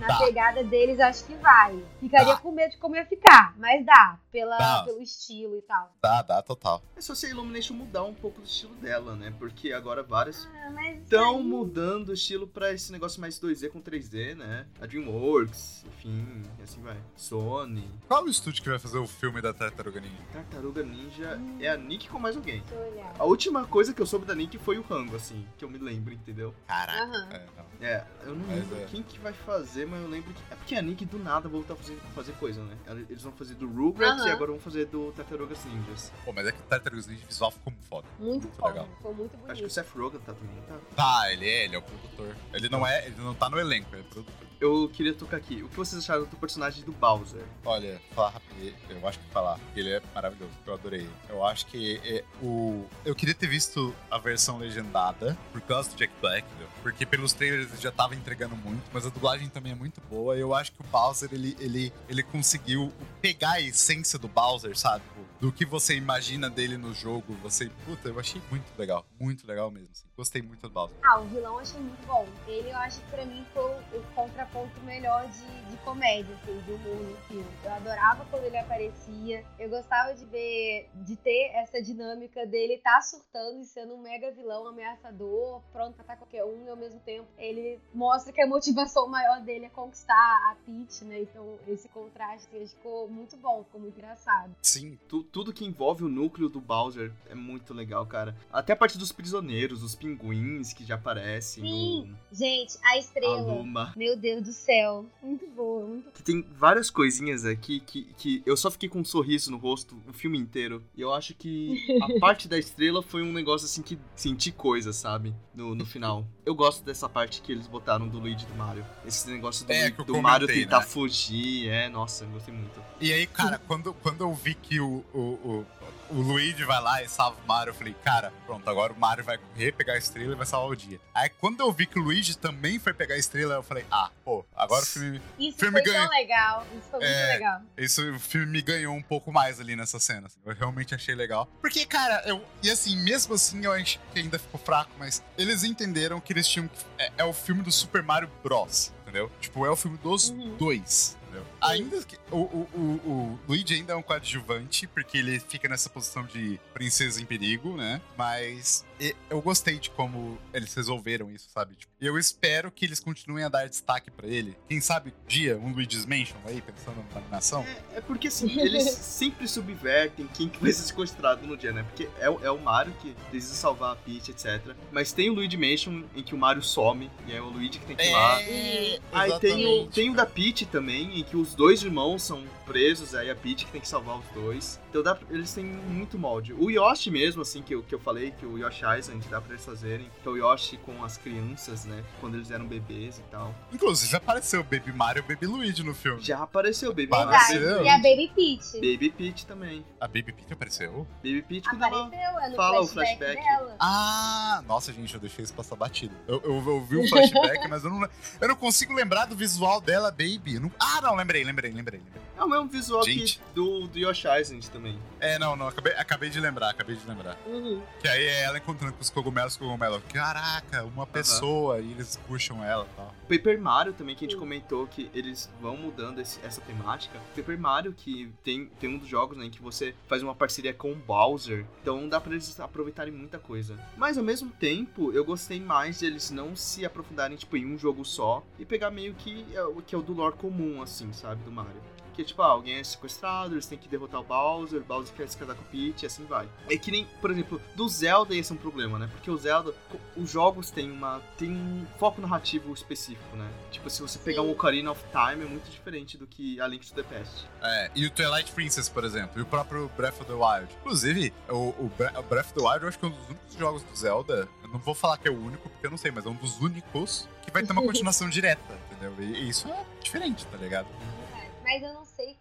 Na Tá. pegada deles, acho que vai. Ficaria Tá. com medo de como ia ficar, mas dá, pela, Dá. pelo estilo e tal. Dá, dá, total. É só se a Illumination mudar um pouco do estilo dela, né? Porque agora várias Ah, mas estão aí- mudando o estilo pra esse negócio mais dois D com três D, né? A DreamWorks, enfim, e assim vai. Sony, Qual o estúdio que vai fazer o filme da Tartaruga Ninja? Tartaruga Ninja, é a Nick com mais alguém. Deixa eu olhar. A última coisa que eu soube da Nick foi o Rango, assim, que eu me lembro, entendeu? Caraca. Aham. É, não. É, eu não Mas lembro é. quem que vai fazer, mas eu lembro que... É porque a Nick do nada voltou a fazer, fazer coisa, né? Eles vão fazer do Rugrats Aham. e agora vão fazer do Tartarugas Ninjas. Pô, mas é que o Tartaruga Ninja visual ficou muito foda. Muito, Muito foda, legal. ficou muito bonito. Acho que o Seth Rogen tá também, tá? Tá, ele é, ele é o produtor. Ele não é, ele não tá no elenco, ele é produtor. Eu queria tocar aqui. O que vocês acharam do personagem do Bowser? Olha, falar rapidinho, eu acho que falar, ele é maravilhoso, eu adorei ele. Eu acho que é, o... Eu queria ter visto a versão legendada, por causa do Jack Black, entendeu? Porque pelos trailers ele já tava entregando muito, mas a dublagem também é muito boa, e eu acho que o Bowser, ele, ele, ele conseguiu pegar a essência do Bowser, sabe? Do que você imagina dele no jogo, você... Puta, eu achei muito legal, muito legal mesmo, assim. Gostei muito do Bowser. Ah, o vilão eu achei muito bom. Ele eu acho que pra mim foi o, o contraponto melhor de, de comédia, assim, de humor no filme. Eu adorava quando ele aparecia. Eu gostava de ver, de ter essa dinâmica dele tá surtando e sendo um mega vilão, ameaçador, pronto pra matar qualquer um, e ao mesmo tempo ele mostra que a motivação maior dele é conquistar a Peach, né? Então esse contraste assim, ficou muito bom, ficou muito engraçado. Sim, Tu- tudo que envolve o núcleo do Bowser é muito legal, cara. Até a parte dos prisioneiros, os pinguins que já aparecem. Sim. o- Gente, a A estrela. Luma. Meu Deus do céu. Muito boa, muito Que tem várias coisinhas aqui que, que eu só fiquei com um sorriso no rosto o filme inteiro. E eu acho que a parte da estrela foi um negócio assim que senti coisa, sabe? No, no final. Eu gosto dessa parte que eles botaram do Luigi e do Mario. Esse negócio do, É, que eu do Mario comentei, tentar né? fugir. É, nossa, eu gostei muito. E aí, cara, quando, quando eu vi que o, o, o, o Luigi vai lá e salva o Mario, eu falei, cara, pronto, agora o Mario vai correr, pegar a estrela e vai salvar o dia. Aí quando eu vi que o Luigi também foi pegar a estrela, eu falei, ah, pô, agora o filme, Isso Filme foi ganha. tão legal. Isso foi muito É. legal. isso, o filme me ganhou um pouco mais ali nessa cena. assim. Eu realmente achei legal. Porque, cara, eu, e assim, mesmo assim, eu acho que ainda ficou fraco, mas eles entenderam que eles tinham que. É, é o filme do Super Mario Bros. Entendeu? Tipo, é o filme dos Uhum. dois. Entendeu? Ainda que. O, o, o, o Luigi ainda é um coadjuvante, porque ele fica nessa posição de princesa em perigo, né? Mas e- eu gostei de como eles resolveram isso, sabe? Tipo, e eu espero que eles continuem a dar destaque pra ele. Quem sabe um dia um Luigi's Mansion aí, pensando na animação. É, é porque assim, eles sempre subvertem quem que vai ser sequestrado no dia, né? Porque é, o- é o Mario que precisa salvar a Peach, etcétera. Mas tem o Luigi Mansion em que o Mario some, e é o Luigi que tem que ir lá. É, Aí tem o, exatamente, tem o da Peach também, em que os dois irmãos são presos, aí a Peach que tem que salvar os dois. Então dá, pra- eles têm muito molde. O Yoshi mesmo, assim, que eu, que eu falei, que o Yoshi Island dá pra eles fazerem. Que é o Yoshi com as crianças, né? Quando eles eram bebês e tal. Inclusive apareceu o Baby Mario e o Baby Luigi no filme. Já apareceu o Baby Apareceu. Mario. Verdade. E a Baby Peach. Baby Peach também. A Baby Peach apareceu? Baby Peach que dava... Apareceu, é no Fala o flashback, flashback. dela. Ah, nossa, gente, eu deixei isso passar batido. Eu, eu, eu vi o flashback, mas eu não, eu não consigo lembrar do visual dela, Baby. Eu não- ah, não, lembrei, lembrei, lembrei, lembrei. É o mesmo visual Gente. que do, do Yoshi Island também. É, não, não, acabei, acabei de lembrar, acabei de lembrar. Uhum. Que aí é ela encontrando com os cogumelos, os cogumelos. Caraca, uma pessoa, e eles puxam ela e tal. Paper Mario também, que a gente Sim. comentou que eles vão mudando esse- essa temática. Paper Mario, que tem, tem um dos jogos, né, em que você faz uma parceria com o Bowser. Então dá pra eles aproveitarem muita coisa. Mas ao mesmo tempo, eu gostei mais de eles não se aprofundarem, tipo, em um jogo só. E pegar meio que é, o que é o do lore comum, assim, sabe, do Mario. Que, tipo, ah, alguém é sequestrado, eles têm que derrotar o Bowser, o Bowser quer se casar com o Peach, e assim vai. É que nem, por exemplo, do Zelda esse é um problema, né? Porque o Zelda, co- os jogos têm uma tem um foco narrativo específico, né? Tipo, se você pegar Sim. um Ocarina of Time, é muito diferente do que a Link to the Past. É, e o Twilight Princess, por exemplo, e o próprio Breath of the Wild. Inclusive, o, o Bre- o Breath of the Wild eu acho que é um dos únicos jogos do Zelda, eu não vou falar que é o único, porque eu não sei, mas é um dos únicos que vai ter uma continuação direta, entendeu? E, e isso é diferente, tá ligado? Verdade. Mas eu não sei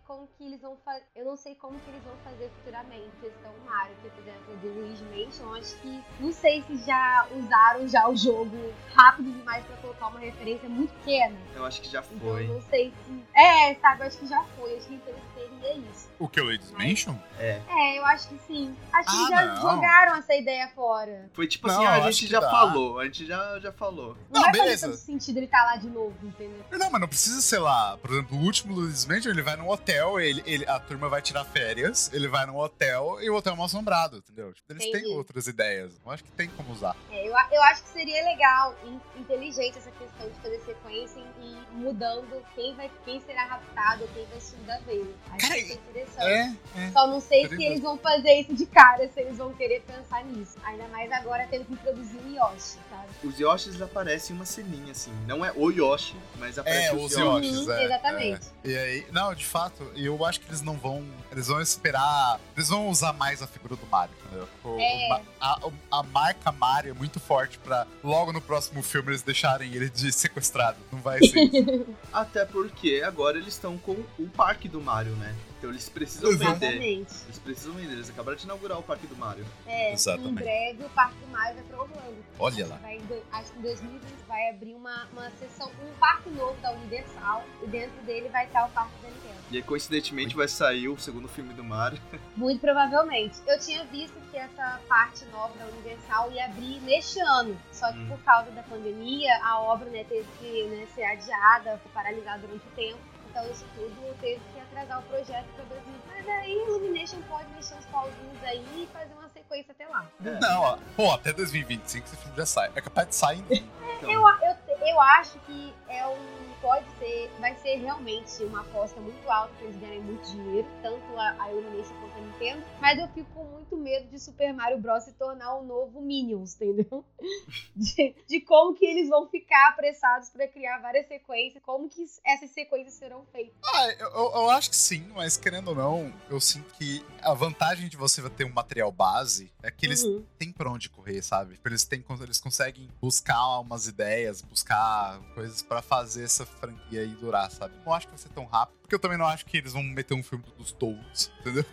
como que eles vão fazer. Eu não sei como que eles vão fazer futuramente questão Mario, que por exemplo do Luigi Mansion, acho que não sei se já usaram já o jogo rápido demais pra colocar uma referência muito pequena. Eu acho que já Então foi. eu não sei se. É, sabe, eu acho que já foi. Acho que então seria isso. O que, o Luigi's Mansion? É. É, eu acho que sim. Acho que Ah, já não. jogaram essa ideia fora. Foi tipo Não, assim, ah, a eu acho gente que já dá. falou, a gente já, já falou. Não, Não, vai beleza. fazer tanto sentido ele estar lá de novo, entendeu? Não, mas não precisa ser lá. Por exemplo, o último Luigi's Mansion, ele vai num hotel, ele, ele, a turma vai tirar férias, ele vai num hotel e o hotel é mal assombrado, entendeu? Tipo, eles Entendi. têm outras ideias. Eu acho que tem como usar. É, eu, a- eu acho que seria legal e inteligente essa questão de fazer sequência e ir mudando quem, vai, quem será raptado, quem vai subir da vez. Acho Cara, que isso é interessante. É, é. Só não sei se Seria eles vão fazer isso de cara, se eles vão querer pensar nisso. Ainda mais agora tendo que introduzir o Yoshi, sabe? Os Yoshis aparecem em uma ceninha, assim. Não é o Yoshi, mas aparece É, os os Yoshis. Yoshis, Uhum, é. exatamente. é. E aí, não, de fato, eu acho que eles não vão. Eles vão esperar. Eles vão usar mais a figura do Mario, entendeu? O- É. o Ma- a, o- a marca Mario é muito forte pra logo no próximo filme eles deixarem ele de sequestrado. Não vai ser isso. Até porque agora eles estão com o parque do Mario, né? Então eles precisam Exato. vender. Exatamente. Eles precisam vender. Eles acabaram de inaugurar o parque do Mario. É, Exatamente. em breve o Parque do Mario vai pra Orlando. Olha lá. Vai, em do- acho que em dois mil e vinte vai abrir uma, uma sessão, um parque novo da Universal, e dentro dele vai estar o parque da Nintendo. E aí, coincidentemente, vai sair o segundo filme do Mario. Muito provavelmente. Eu tinha visto que essa parte nova da Universal ia abrir neste ano, só que Hum. por causa da pandemia, a obra, né, teve que, né, ser adiada, foi paralisada durante o tempo. Então isso tudo teve que atrasar o projeto para dois mil e vinte. Mas aí a Illumination pode mexer uns pauzinhos aí e fazer uma sequência até lá. É. Não, ó, pô, até dois mil e vinte e cinco esse filme já sai. É capaz de sair. Então, Eu, eu, eu acho que é um. Pode ser. Vai ser realmente uma aposta muito alta pra eles ganharem muito dinheiro. Tanto a, a Illumination quanto a Nintendo. Mas eu fico com muito medo de Super Mario Bros. Se tornar o novo Minions, entendeu? De, de como que eles vão ficar apressados pra criar várias sequências. Como que essas sequências serão feitas. Ah, eu, eu- eu acho que sim, mas querendo ou não, eu sinto que a vantagem de você ter um material base é que eles Uhum. têm pra onde correr, sabe? Eles, têm, eles conseguem buscar umas ideias, buscar coisas pra fazer essa franquia aí durar, sabe? Não acho que vai ser tão rápido, porque eu também não acho que eles vão meter um filme dos Toads, entendeu?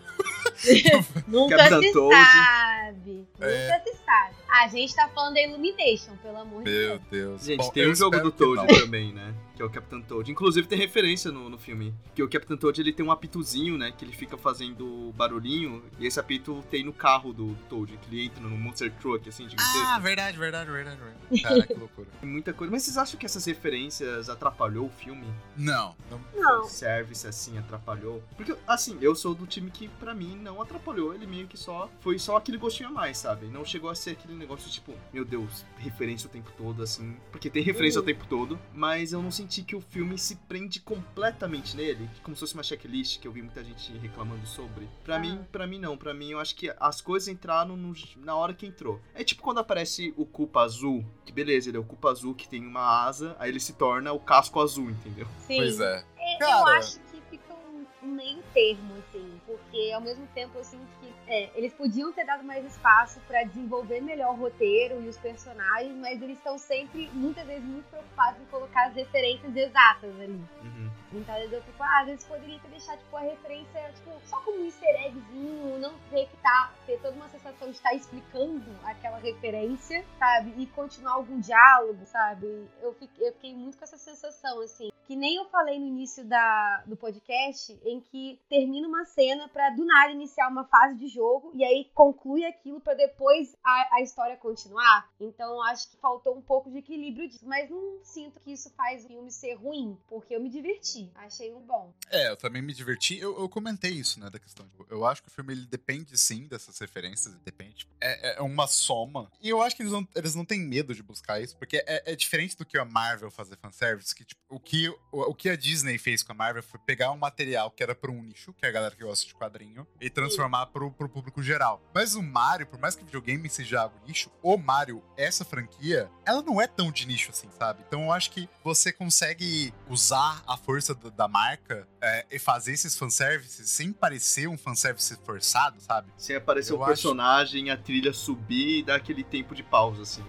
Nunca Capitão se Toad. sabe. É. Nunca se sabe. A gente tá falando da Illumination, pelo amor de Meu Deus. Deus. gente, Bom, tem eu um jogo espero do que Toad não. também, né? Que é o Capitão Toad. Inclusive tem referência no, no filme. Que o Capitão Toad, ele tem um apitozinho, né? Que ele fica fazendo barulhinho. E esse apito tem no carro do Toad. Que ele entra no Monster Truck, assim, de Ah, verdade, verdade, verdade, verdade. Cara, que loucura. Tem muita coisa. Mas vocês acham que essas referências atrapalhou o filme? Não, não. Não. Service, assim, atrapalhou? Porque, assim, eu sou do time que, pra mim, não atrapalhou. Ele meio que só... Foi só aquele gostinho a mais, sabe? Não chegou a ser aquele negócio, tipo... Meu Deus, referência o tempo todo, assim... Porque tem referência Uhum. o tempo todo. Mas eu não senti que o filme se prende completamente nele. Como se fosse uma checklist, que eu vi muita gente reclamando sobre. Pra Ah. mim, pra mim não. Pra mim, eu acho que as coisas entraram no- na hora que entrou. É tipo quando aparece o Koopa azul. Que beleza, ele é o Koopa azul que tem uma asa. Aí ele se torna o casco azul, entendeu? Sim. Pois é. É, eu Cara. acho que fica um, um meio termo, assim, porque ao mesmo tempo eu sinto que é, eles podiam ter dado mais espaço pra desenvolver melhor o roteiro e os personagens, mas eles estão sempre, muitas vezes, muito preocupados em colocar as referências exatas ali. Uhum. Então, às vezes eu fico, ah, às vezes poderia ter deixado, tipo, a referência, tipo, só como um easter eggzinho, não ter que tá, ter toda uma sensação de estar explicando aquela referência, sabe? E continuar algum diálogo, sabe? Eu fiquei, eu fiquei muito com essa sensação, assim, que nem eu falei no início da, do podcast, em que termina uma cena pra, do nada, iniciar uma fase de jogo, e aí conclui aquilo pra depois a, a história continuar. Então, eu acho que faltou um pouco de equilíbrio disso, mas não sinto que isso faz o filme ser ruim, porque eu me diverti. Achei um bom. É, eu também me diverti. Eu, eu comentei isso, né, da questão. Tipo, eu acho que o filme, ele depende, sim, dessas referências. Depende. Tipo, é, é uma soma. E eu acho que eles não, eles não têm medo de buscar isso, porque é, é diferente do que a Marvel fazer fanservice, que, tipo, o que, o, o que a Disney fez com a Marvel foi pegar um material que era pra um nicho, que é a galera que gosta de quadrinho, e transformar pro, pro público geral. Mas o Mario, por mais que o videogame seja algo nicho, o Mario, essa franquia, ela não é tão de nicho assim, sabe? Então eu acho que você consegue usar a força do, da marca é, e fazer esses fanservices sem parecer um fanservice forçado, sabe? Sem aparecer Eu o acho- personagem, a trilha subir e dar aquele tempo de pausa, assim, né?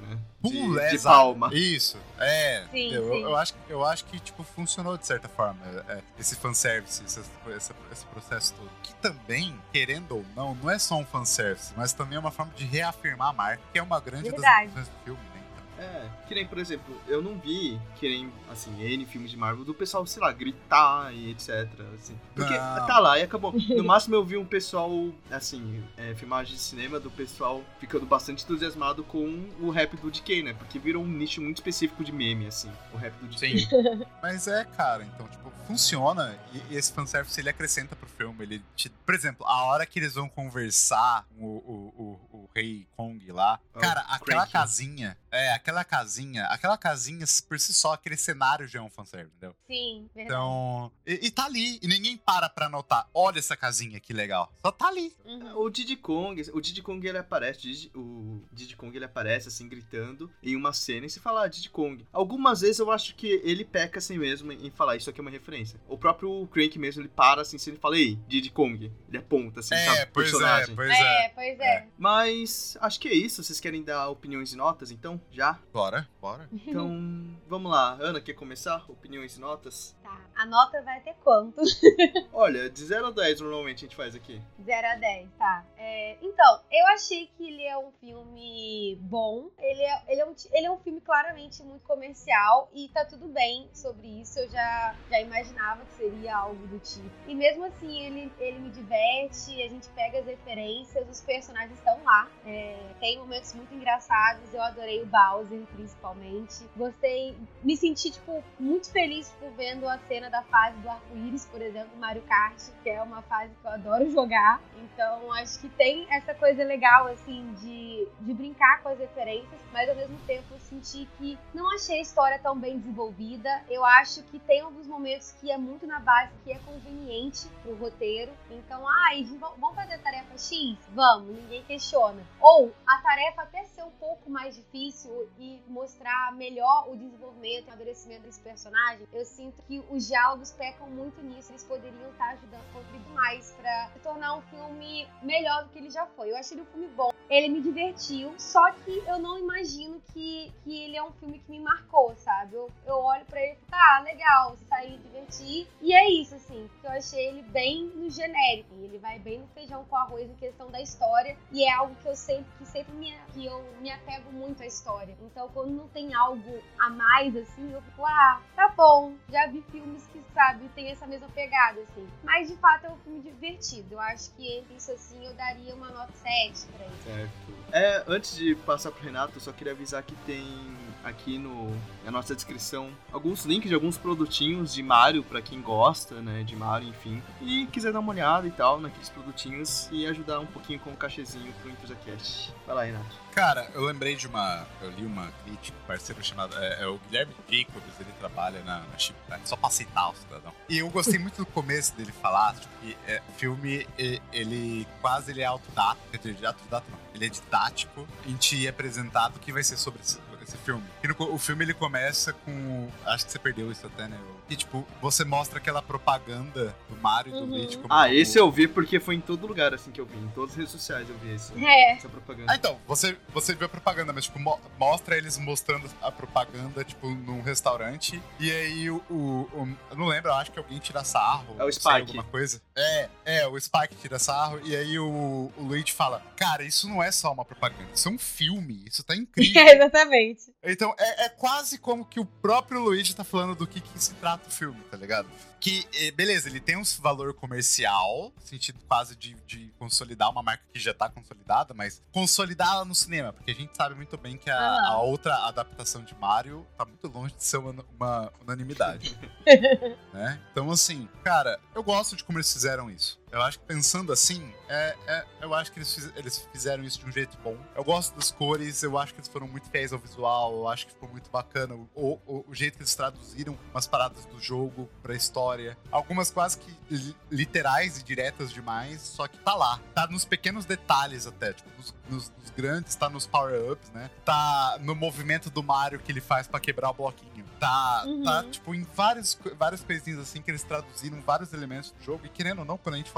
Pull, de, de exato. palma. Isso, é. Sim, eu, sim. eu, acho, eu acho que, tipo, funcionou de certa forma, é, esse fanservice, esse, esse, esse processo todo. Que também, querendo ou não, não é só um fanservice, mas também é uma forma de reafirmar a marca, que é uma grande Verdade. das funções do filme, né? É, que nem, por exemplo, eu não vi, que nem, assim, N filmes de Marvel, do pessoal, sei lá, gritar e etcétera, assim. Porque Não. tá lá e acabou. No máximo eu vi um pessoal, assim, é, filmagem de cinema do pessoal ficando bastante entusiasmado com o rap do D K, né? Porque virou um nicho muito específico de meme, assim, o rap do D K. Sim. Mas é, cara, então, tipo, funciona e, e esse fanservice, ele acrescenta pro filme, ele te... Por exemplo, a hora que eles vão conversar com o, o, o, o Rei Kong lá, Oh, cara, aquela Cranky. casinha, é, aquela casinha, aquela casinha, por si só, aquele cenário já é um fanservice, entendeu? Sim, verdade. Então, e, e tá ali, e ninguém para pra notar, olha essa casinha que legal, só tá ali. Uhum. O Diddy Kong, o Diddy Kong ele aparece, o Diddy, o Diddy Kong ele aparece assim gritando em uma cena e se fala ah, Diddy Kong. Algumas vezes eu acho que ele peca assim mesmo em falar isso aqui é uma referência. O próprio Crank mesmo ele para assim, se ele fala ei, Diddy Kong, ele aponta assim, É, sabe, pois personagem. é, pois é. É, pois é. Mas acho que é isso. Vocês querem dar opiniões e notas então? Já? Bora, bora. Então, vamos lá. Ana, quer começar? Opiniões e notas? Tá. A nota vai ter quanto? Olha, de zero a dez normalmente a gente faz aqui. zero a dez, tá. É, então, eu achei que ele é um filme bom. Ele é, ele, é um, ele é um filme claramente muito comercial e tá tudo bem sobre isso. Eu já, já imaginava que seria algo do tipo. E mesmo assim, ele, ele me diverte, a gente pega as referências, os personagens estão lá. É, tem momentos muito engraçados, eu adorei o Bowser, principalmente. Gostei, me senti, tipo, muito feliz por vendo a cena da fase do arco-íris, por exemplo, Mario Kart, que é uma fase que eu adoro jogar. Então, acho que tem essa coisa legal, assim, de, de brincar com as referências, mas ao mesmo tempo eu senti que não achei a história tão bem desenvolvida. Eu acho que tem alguns momentos que é muito na base, que é conveniente pro roteiro. Então, ai, ah, vamos fazer a tarefa X? Vamos, ninguém questiona. Ou a tarefa até ser um pouco mais difícil e mostrar melhor o desenvolvimento e o amadurecimento desse personagem, eu sinto que os diálogos pecam muito nisso. Eles poderiam estar ajudando a contribuir mais pra se tornar um filme melhor do que ele já foi. Eu achei ele um filme bom. Ele me divertiu, só que eu não imagino que, que ele é um filme que me marcou, sabe? Eu, eu olho pra ele e tá, legal, sair, divertir. E é isso, assim, porque eu achei ele bem no genérico. Ele vai bem no feijão com arroz em questão da história. E é algo que eu sempre, que sempre me, que eu me apego muito à história. Então, quando não tem algo a mais, assim, eu fico, ah, tá bom. Já vi filmes que, sabe, tem essa mesma pegada, assim. Mas, de fato, é um filme divertido. Eu acho que entre isso, assim, eu daria uma nota sete pra ele. Certo. É, antes de passar pro Renato, eu só queria avisar que tem aqui no, na nossa descrição alguns links de alguns produtinhos de Mario pra quem gosta, né, de Mario, enfim. E quiser dar uma olhada e tal naqueles produtinhos e ajudar um pouquinho com o cachezinho pro EnthusiaCast. Vai lá, Renato. Cara, eu lembrei de uma... Eu li uma crítica, um parceiro chamado... É, é o Guilherme Jacobs, ele trabalha na, na Chip, só pra citar o cidadão. E eu gostei muito do começo dele falar, tipo, que é, filme, ele quase ele é autodidato, quer dizer, autodidato não, ele é didático em te apresentado o que vai ser sobre esse, esse filme. E no, o filme, ele começa com... Acho que você perdeu isso até, né? E, tipo, você mostra aquela propaganda do Mario e do Uhum. Luigi. Como Ah, como- esse eu vi porque foi em todo lugar, assim, que eu vi. Em todas as redes sociais eu vi esse, É. essa propaganda. Ah, então, você, você viu a propaganda, mas, tipo, mo- mostra eles mostrando a propaganda, tipo, num restaurante. E aí, o, o, o- eu não lembro, eu acho que alguém tira sarro. É o não sei, Spike. Alguma coisa. É, é, o Spike tira sarro. E aí, o, o Luigi fala, cara, isso não é só uma propaganda, isso é um filme, isso tá incrível. É, exatamente. Então, é, é quase como que o próprio Luigi tá falando do que, que se trata o filme, tá ligado? Que, eh, beleza, ele tem um valor comercial, no sentido quase de, de consolidar uma marca que já tá consolidada, mas consolidá-la no cinema, porque a gente sabe muito bem que a, Aham. a outra adaptação de Mario tá muito longe de ser uma, uma unanimidade. Né? Então, assim, cara, eu gosto de como eles fizeram isso. Eu acho que pensando assim, é, é, eu acho que eles, fiz, eles fizeram isso de um jeito bom. Eu gosto das cores, eu acho que eles foram muito fiéis ao visual, eu acho que ficou muito bacana o, o, o jeito que eles traduziram umas paradas do jogo pra história. Algumas quase que li- literais e diretas demais, só que tá lá. Tá nos pequenos detalhes até, tipo, nos, nos, nos grandes, tá nos power-ups, né? Tá no movimento do Mario que ele faz pra quebrar o bloquinho. Tá, Uhum. tá tipo, em várias, várias coisinhas assim que eles traduziram vários elementos do jogo. E querendo ou não, quando a gente falou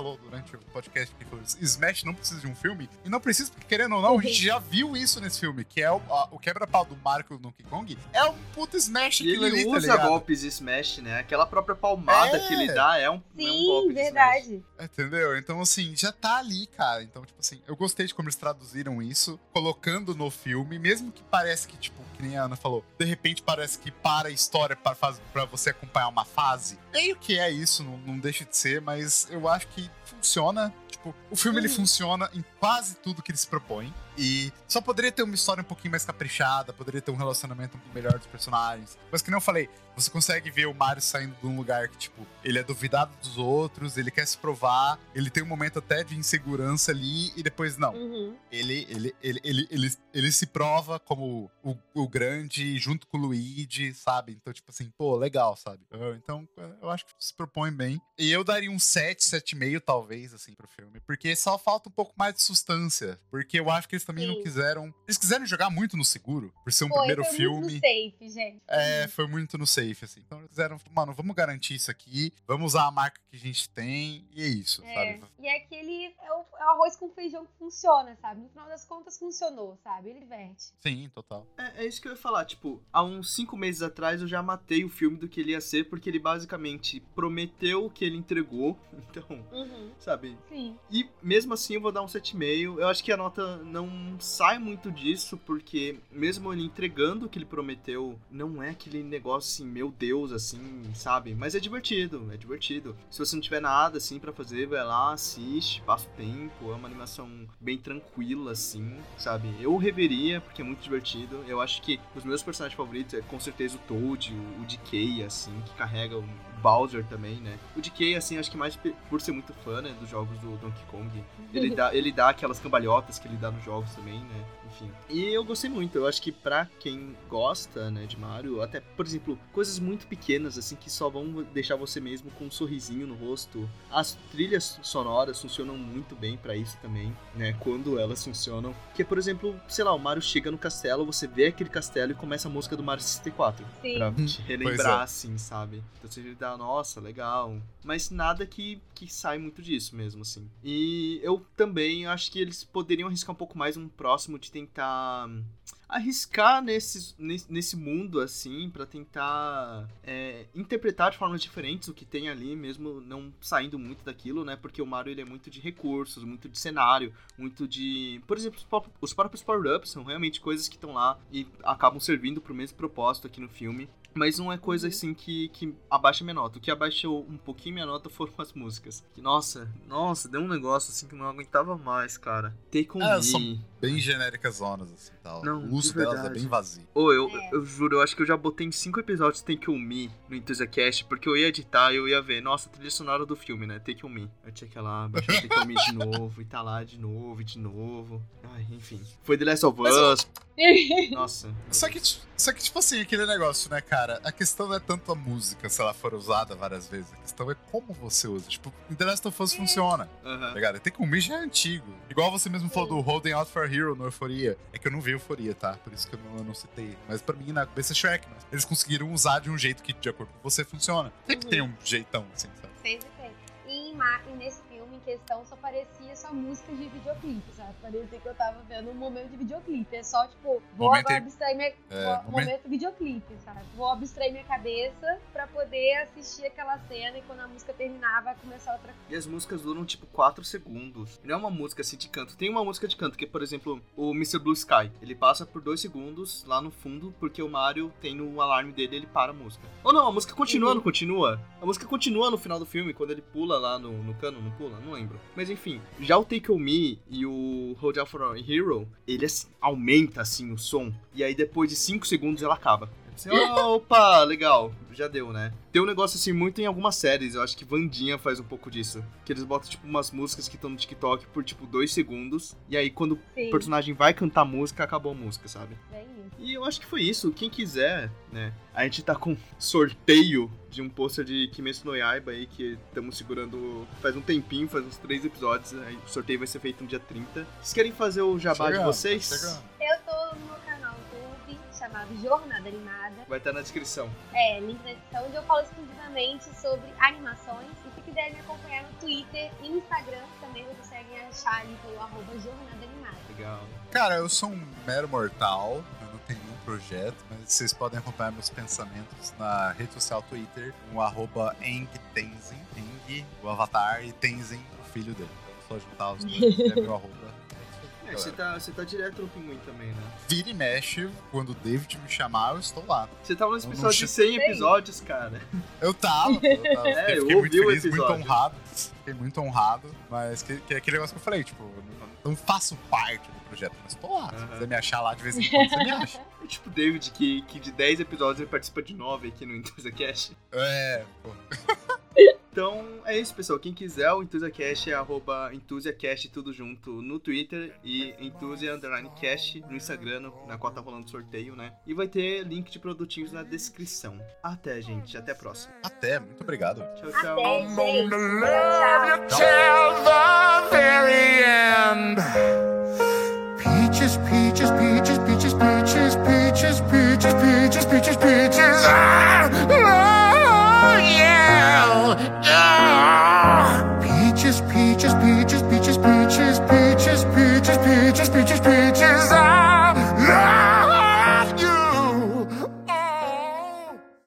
falou durante o podcast que foi Smash não precisa de um filme, e não precisa, porque querendo ou não, a gente já viu isso nesse filme, que é o, a, o quebra-pau do Mario com o Donkey Kong, é um puta Smash e aquilo ele ali, usa tá ligado? golpes de Smash, né? Aquela própria palmada É. que ele dá é um, Sim, é um golpe verdade. de Smash. Entendeu? Então, assim, já tá ali, cara. Então, tipo assim, eu gostei de como eles traduziram isso, colocando no filme, mesmo que parece que, tipo, que nem a Ana falou, de repente parece que para a história pra, faz, pra você acompanhar uma fase. Meio que é isso, não, não deixa de ser, mas eu acho que funciona. Tipo, o filme ele funciona em quase tudo que ele se propõe. E só poderia ter uma história um pouquinho mais caprichada, poderia ter um relacionamento um pouco melhor dos personagens. Mas que nem eu falei, você consegue ver o Mario saindo de um lugar que, tipo, ele é duvidado dos outros, ele quer se provar, ele tem um momento até de insegurança ali, e depois não. Uhum. Ele, ele, ele, ele, ele, ele se prova como o, o grande, junto com o Luigi, sabe? Então, tipo assim, pô, legal, sabe? Eu- Então, eu acho que se propõe bem. E eu daria um sete, sete vírgula cinco, talvez, assim, pro filme. Porque só falta um pouco mais de substância. Porque eu acho que eles também Sim. não quiseram... Eles quiseram jogar muito no seguro, por ser um Foi, primeiro foi filme. muito no safe, gente. É, foi muito no safe, assim. Então eles fizeram, mano, vamos garantir isso aqui, vamos usar a marca que a gente tem, e é isso, É, sabe? e é aquele é o, é o arroz com feijão que funciona, sabe? No final das contas funcionou, sabe? Ele diverte. Sim, total. É, é isso que eu ia falar, tipo, há uns cinco meses atrás eu já matei o filme do que ele ia ser, porque ele basicamente prometeu o que ele entregou, então, Uhum. sabe? Sim. E mesmo assim eu vou dar um sete vírgula cinco. Eu acho que a nota não sai muito disso, porque mesmo ele entregando o que ele prometeu, não é aquele negócio assim, meu Deus, assim, sabe? Mas é divertido, é divertido. Se você não tiver nada assim pra fazer, vai lá, assiste, passa o tempo. É uma animação bem tranquila, assim, sabe? Eu reveria, porque é muito divertido. Eu acho que os meus personagens favoritos é com certeza o Toad, o, o D K, assim, que carrega o Bowser também, né? O D K, assim, acho que mais pe- por ser muito fã, né, dos jogos do Donkey Kong. Ele dá, ele dá aquelas cambalhotas que ele dá nos jogos também, né? Enfim. E eu gostei muito. Eu acho que pra quem gosta, né, de Mario, até, por exemplo, coisas muito pequenas, assim, que só vão deixar você mesmo com um sorrisinho no rosto. As trilhas sonoras funcionam muito bem pra isso também, né? Quando elas funcionam. Porque, por exemplo, sei lá, o Mario chega no castelo, você vê aquele castelo e começa a música do Mario sessenta e quatro. Sim. Pra te relembrar, é. assim, sabe? Então você dá, nossa, legal. Mas nada que, que sai muito disso mesmo, assim. E eu também acho que eles poderiam arriscar um pouco mais um próximo de tentar arriscar nesse, nesse, nesse mundo, assim, pra tentar é, interpretar de formas diferentes o que tem ali, mesmo não saindo muito daquilo, né? Porque o Mario, ele é muito de recursos, muito de cenário, muito de... Por exemplo, os pró- os próprios power-ups são realmente coisas que estão lá e acabam servindo pro mesmo propósito aqui no filme. Mas não é coisa, assim, que, que abaixa minha nota. O que abaixou um pouquinho minha nota foram as músicas. Que, nossa, nossa, deu um negócio, assim, que eu não aguentava mais, cara. Take On É, Me. são bem genéricas zonas, assim, tal. Não, o uso de delas é verdade. bem vazio. Ô, eu, É. eu juro, eu acho que eu já botei em cinco episódios Take On Me no EnthusiaCast, porque eu ia editar e eu ia ver, nossa, a trilha sonora do filme, né? Take On Me. Eu tinha que ir lá, baixar Take On Me de novo, e tá lá de novo, e de novo. Ai, enfim. Foi The Last of Mas eu- Us. Nossa. Só que, só que, tipo assim, aquele negócio, né, cara? A questão não é tanto a música, se ela for usada várias vezes. A questão é como você usa. Tipo, em The Last of Us funciona. Aham. Tá ligado? Tem que já é antigo. Igual você mesmo falou do Holding Out for a Hero no Euphoria. É que eu não vi Euphoria, tá? Por isso que eu não, eu não citei. Mas pra mim, na cabeça é Shrek. Mas eles conseguiram usar de um jeito que, de acordo com você, funciona. Sempre Uhum. tem um jeitão, assim, sabe? Sempre tem. E, em Ma- e nesse filme em questão só parecia só música de videoclipe, sabe? Parecia que eu tava vendo um momento de videoclipe. É só, tipo, vou Momento agora em- abstrair minha... É, vou- momento- momento videoclipe, sabe? Vou abstrair minha cabeça pra poder assistir aquela cena e quando a música terminar vai começar outra coisa. E as músicas duram, tipo, quatro segundos. E não é uma música, assim, de canto. Tem uma música de canto, que é, por exemplo, o mister Blue Sky. Ele passa por dois segundos lá no fundo, porque o Mario tem no alarme dele, ele para a música. Ou não, a música continua, Uhum. não continua? A música continua no final do filme, quando ele pula lá no, no cano, não pula? Não lembro. Mas enfim, já o Take On Me e o Hold Out For a Hero, ele assim, aumenta, assim, o som. E aí, depois de cinco segundos, ela acaba. Você, opa, legal, já deu, né? Tem um negócio assim muito em algumas séries, eu acho que Wandinha faz um pouco disso. Que eles botam, tipo, umas músicas que estão no TikTok por, tipo, dois segundos. E aí, quando Sim, o personagem vai cantar a música, acabou a música, sabe? bem isso. E eu acho que foi isso. Quem quiser, né? A gente tá com sorteio de um pôster de Kimetsu no Yaiba aí, que estamos segurando faz um tempinho, faz uns três episódios. Aí o sorteio vai ser feito no dia trinta. Vocês querem fazer o jabá de Chegando, vocês? tá chegando. Eu tô no meu canal do YouTube, chamado chamado Jornada Animada. Vai estar na descrição. É, link na descrição, onde eu falo exclusivamente sobre animações. E se quiserem me acompanhar no Twitter e no Instagram, também vocês conseguem achar ali pelo arroba Jornada Animada. Legal. Cara, eu sou um mero mortal, eu não tenho nenhum projeto, mas vocês podem acompanhar meus pensamentos na rede social Twitter, no arroba engtenzin, Eng, o avatar, e Tenzin, o filho dele. Então, só juntar os dois, é meu arroba. É, você tá, você tá direto no Pinguim também, né? Vira e mexe, quando o David me chamar, eu estou lá. Você tava no Eu episódio não de cem episódios, cara. Eu tava, eu tava. É, eu fiquei ouvi muito o feliz, muito episódio. honrado. Fiquei muito honrado, mas que, que é aquele negócio que eu falei, tipo, não, não faço parte do projeto, mas tô lá. Se Uhum. quiser me achar lá de vez em quando, você me acha. É tipo o David, que, que de dez episódios ele participa de nove aqui no EnthusiaCast. É, pô. Então é isso, pessoal. Quem quiser, o EnthusiaCast é arroba EnthusiaCast, tudo junto no Twitter, e Enthusia Underline Cast no Instagram, na qual tá rolando sorteio, né? E vai ter link de produtinhos na descrição. Até, gente. Até a próxima. Até, muito obrigado. Tchau, tchau. Até, I'm gonna gente. love you Tchau. till the very end. Peaches, peaches, peaches, peaches, peaches, peaches, peaches, peaches, peaches, peaches. Ah, oh, yeah, yeah. Peaches, peaches, peaches, peaches, peaches, peaches, peaches, peaches, peaches, peaches.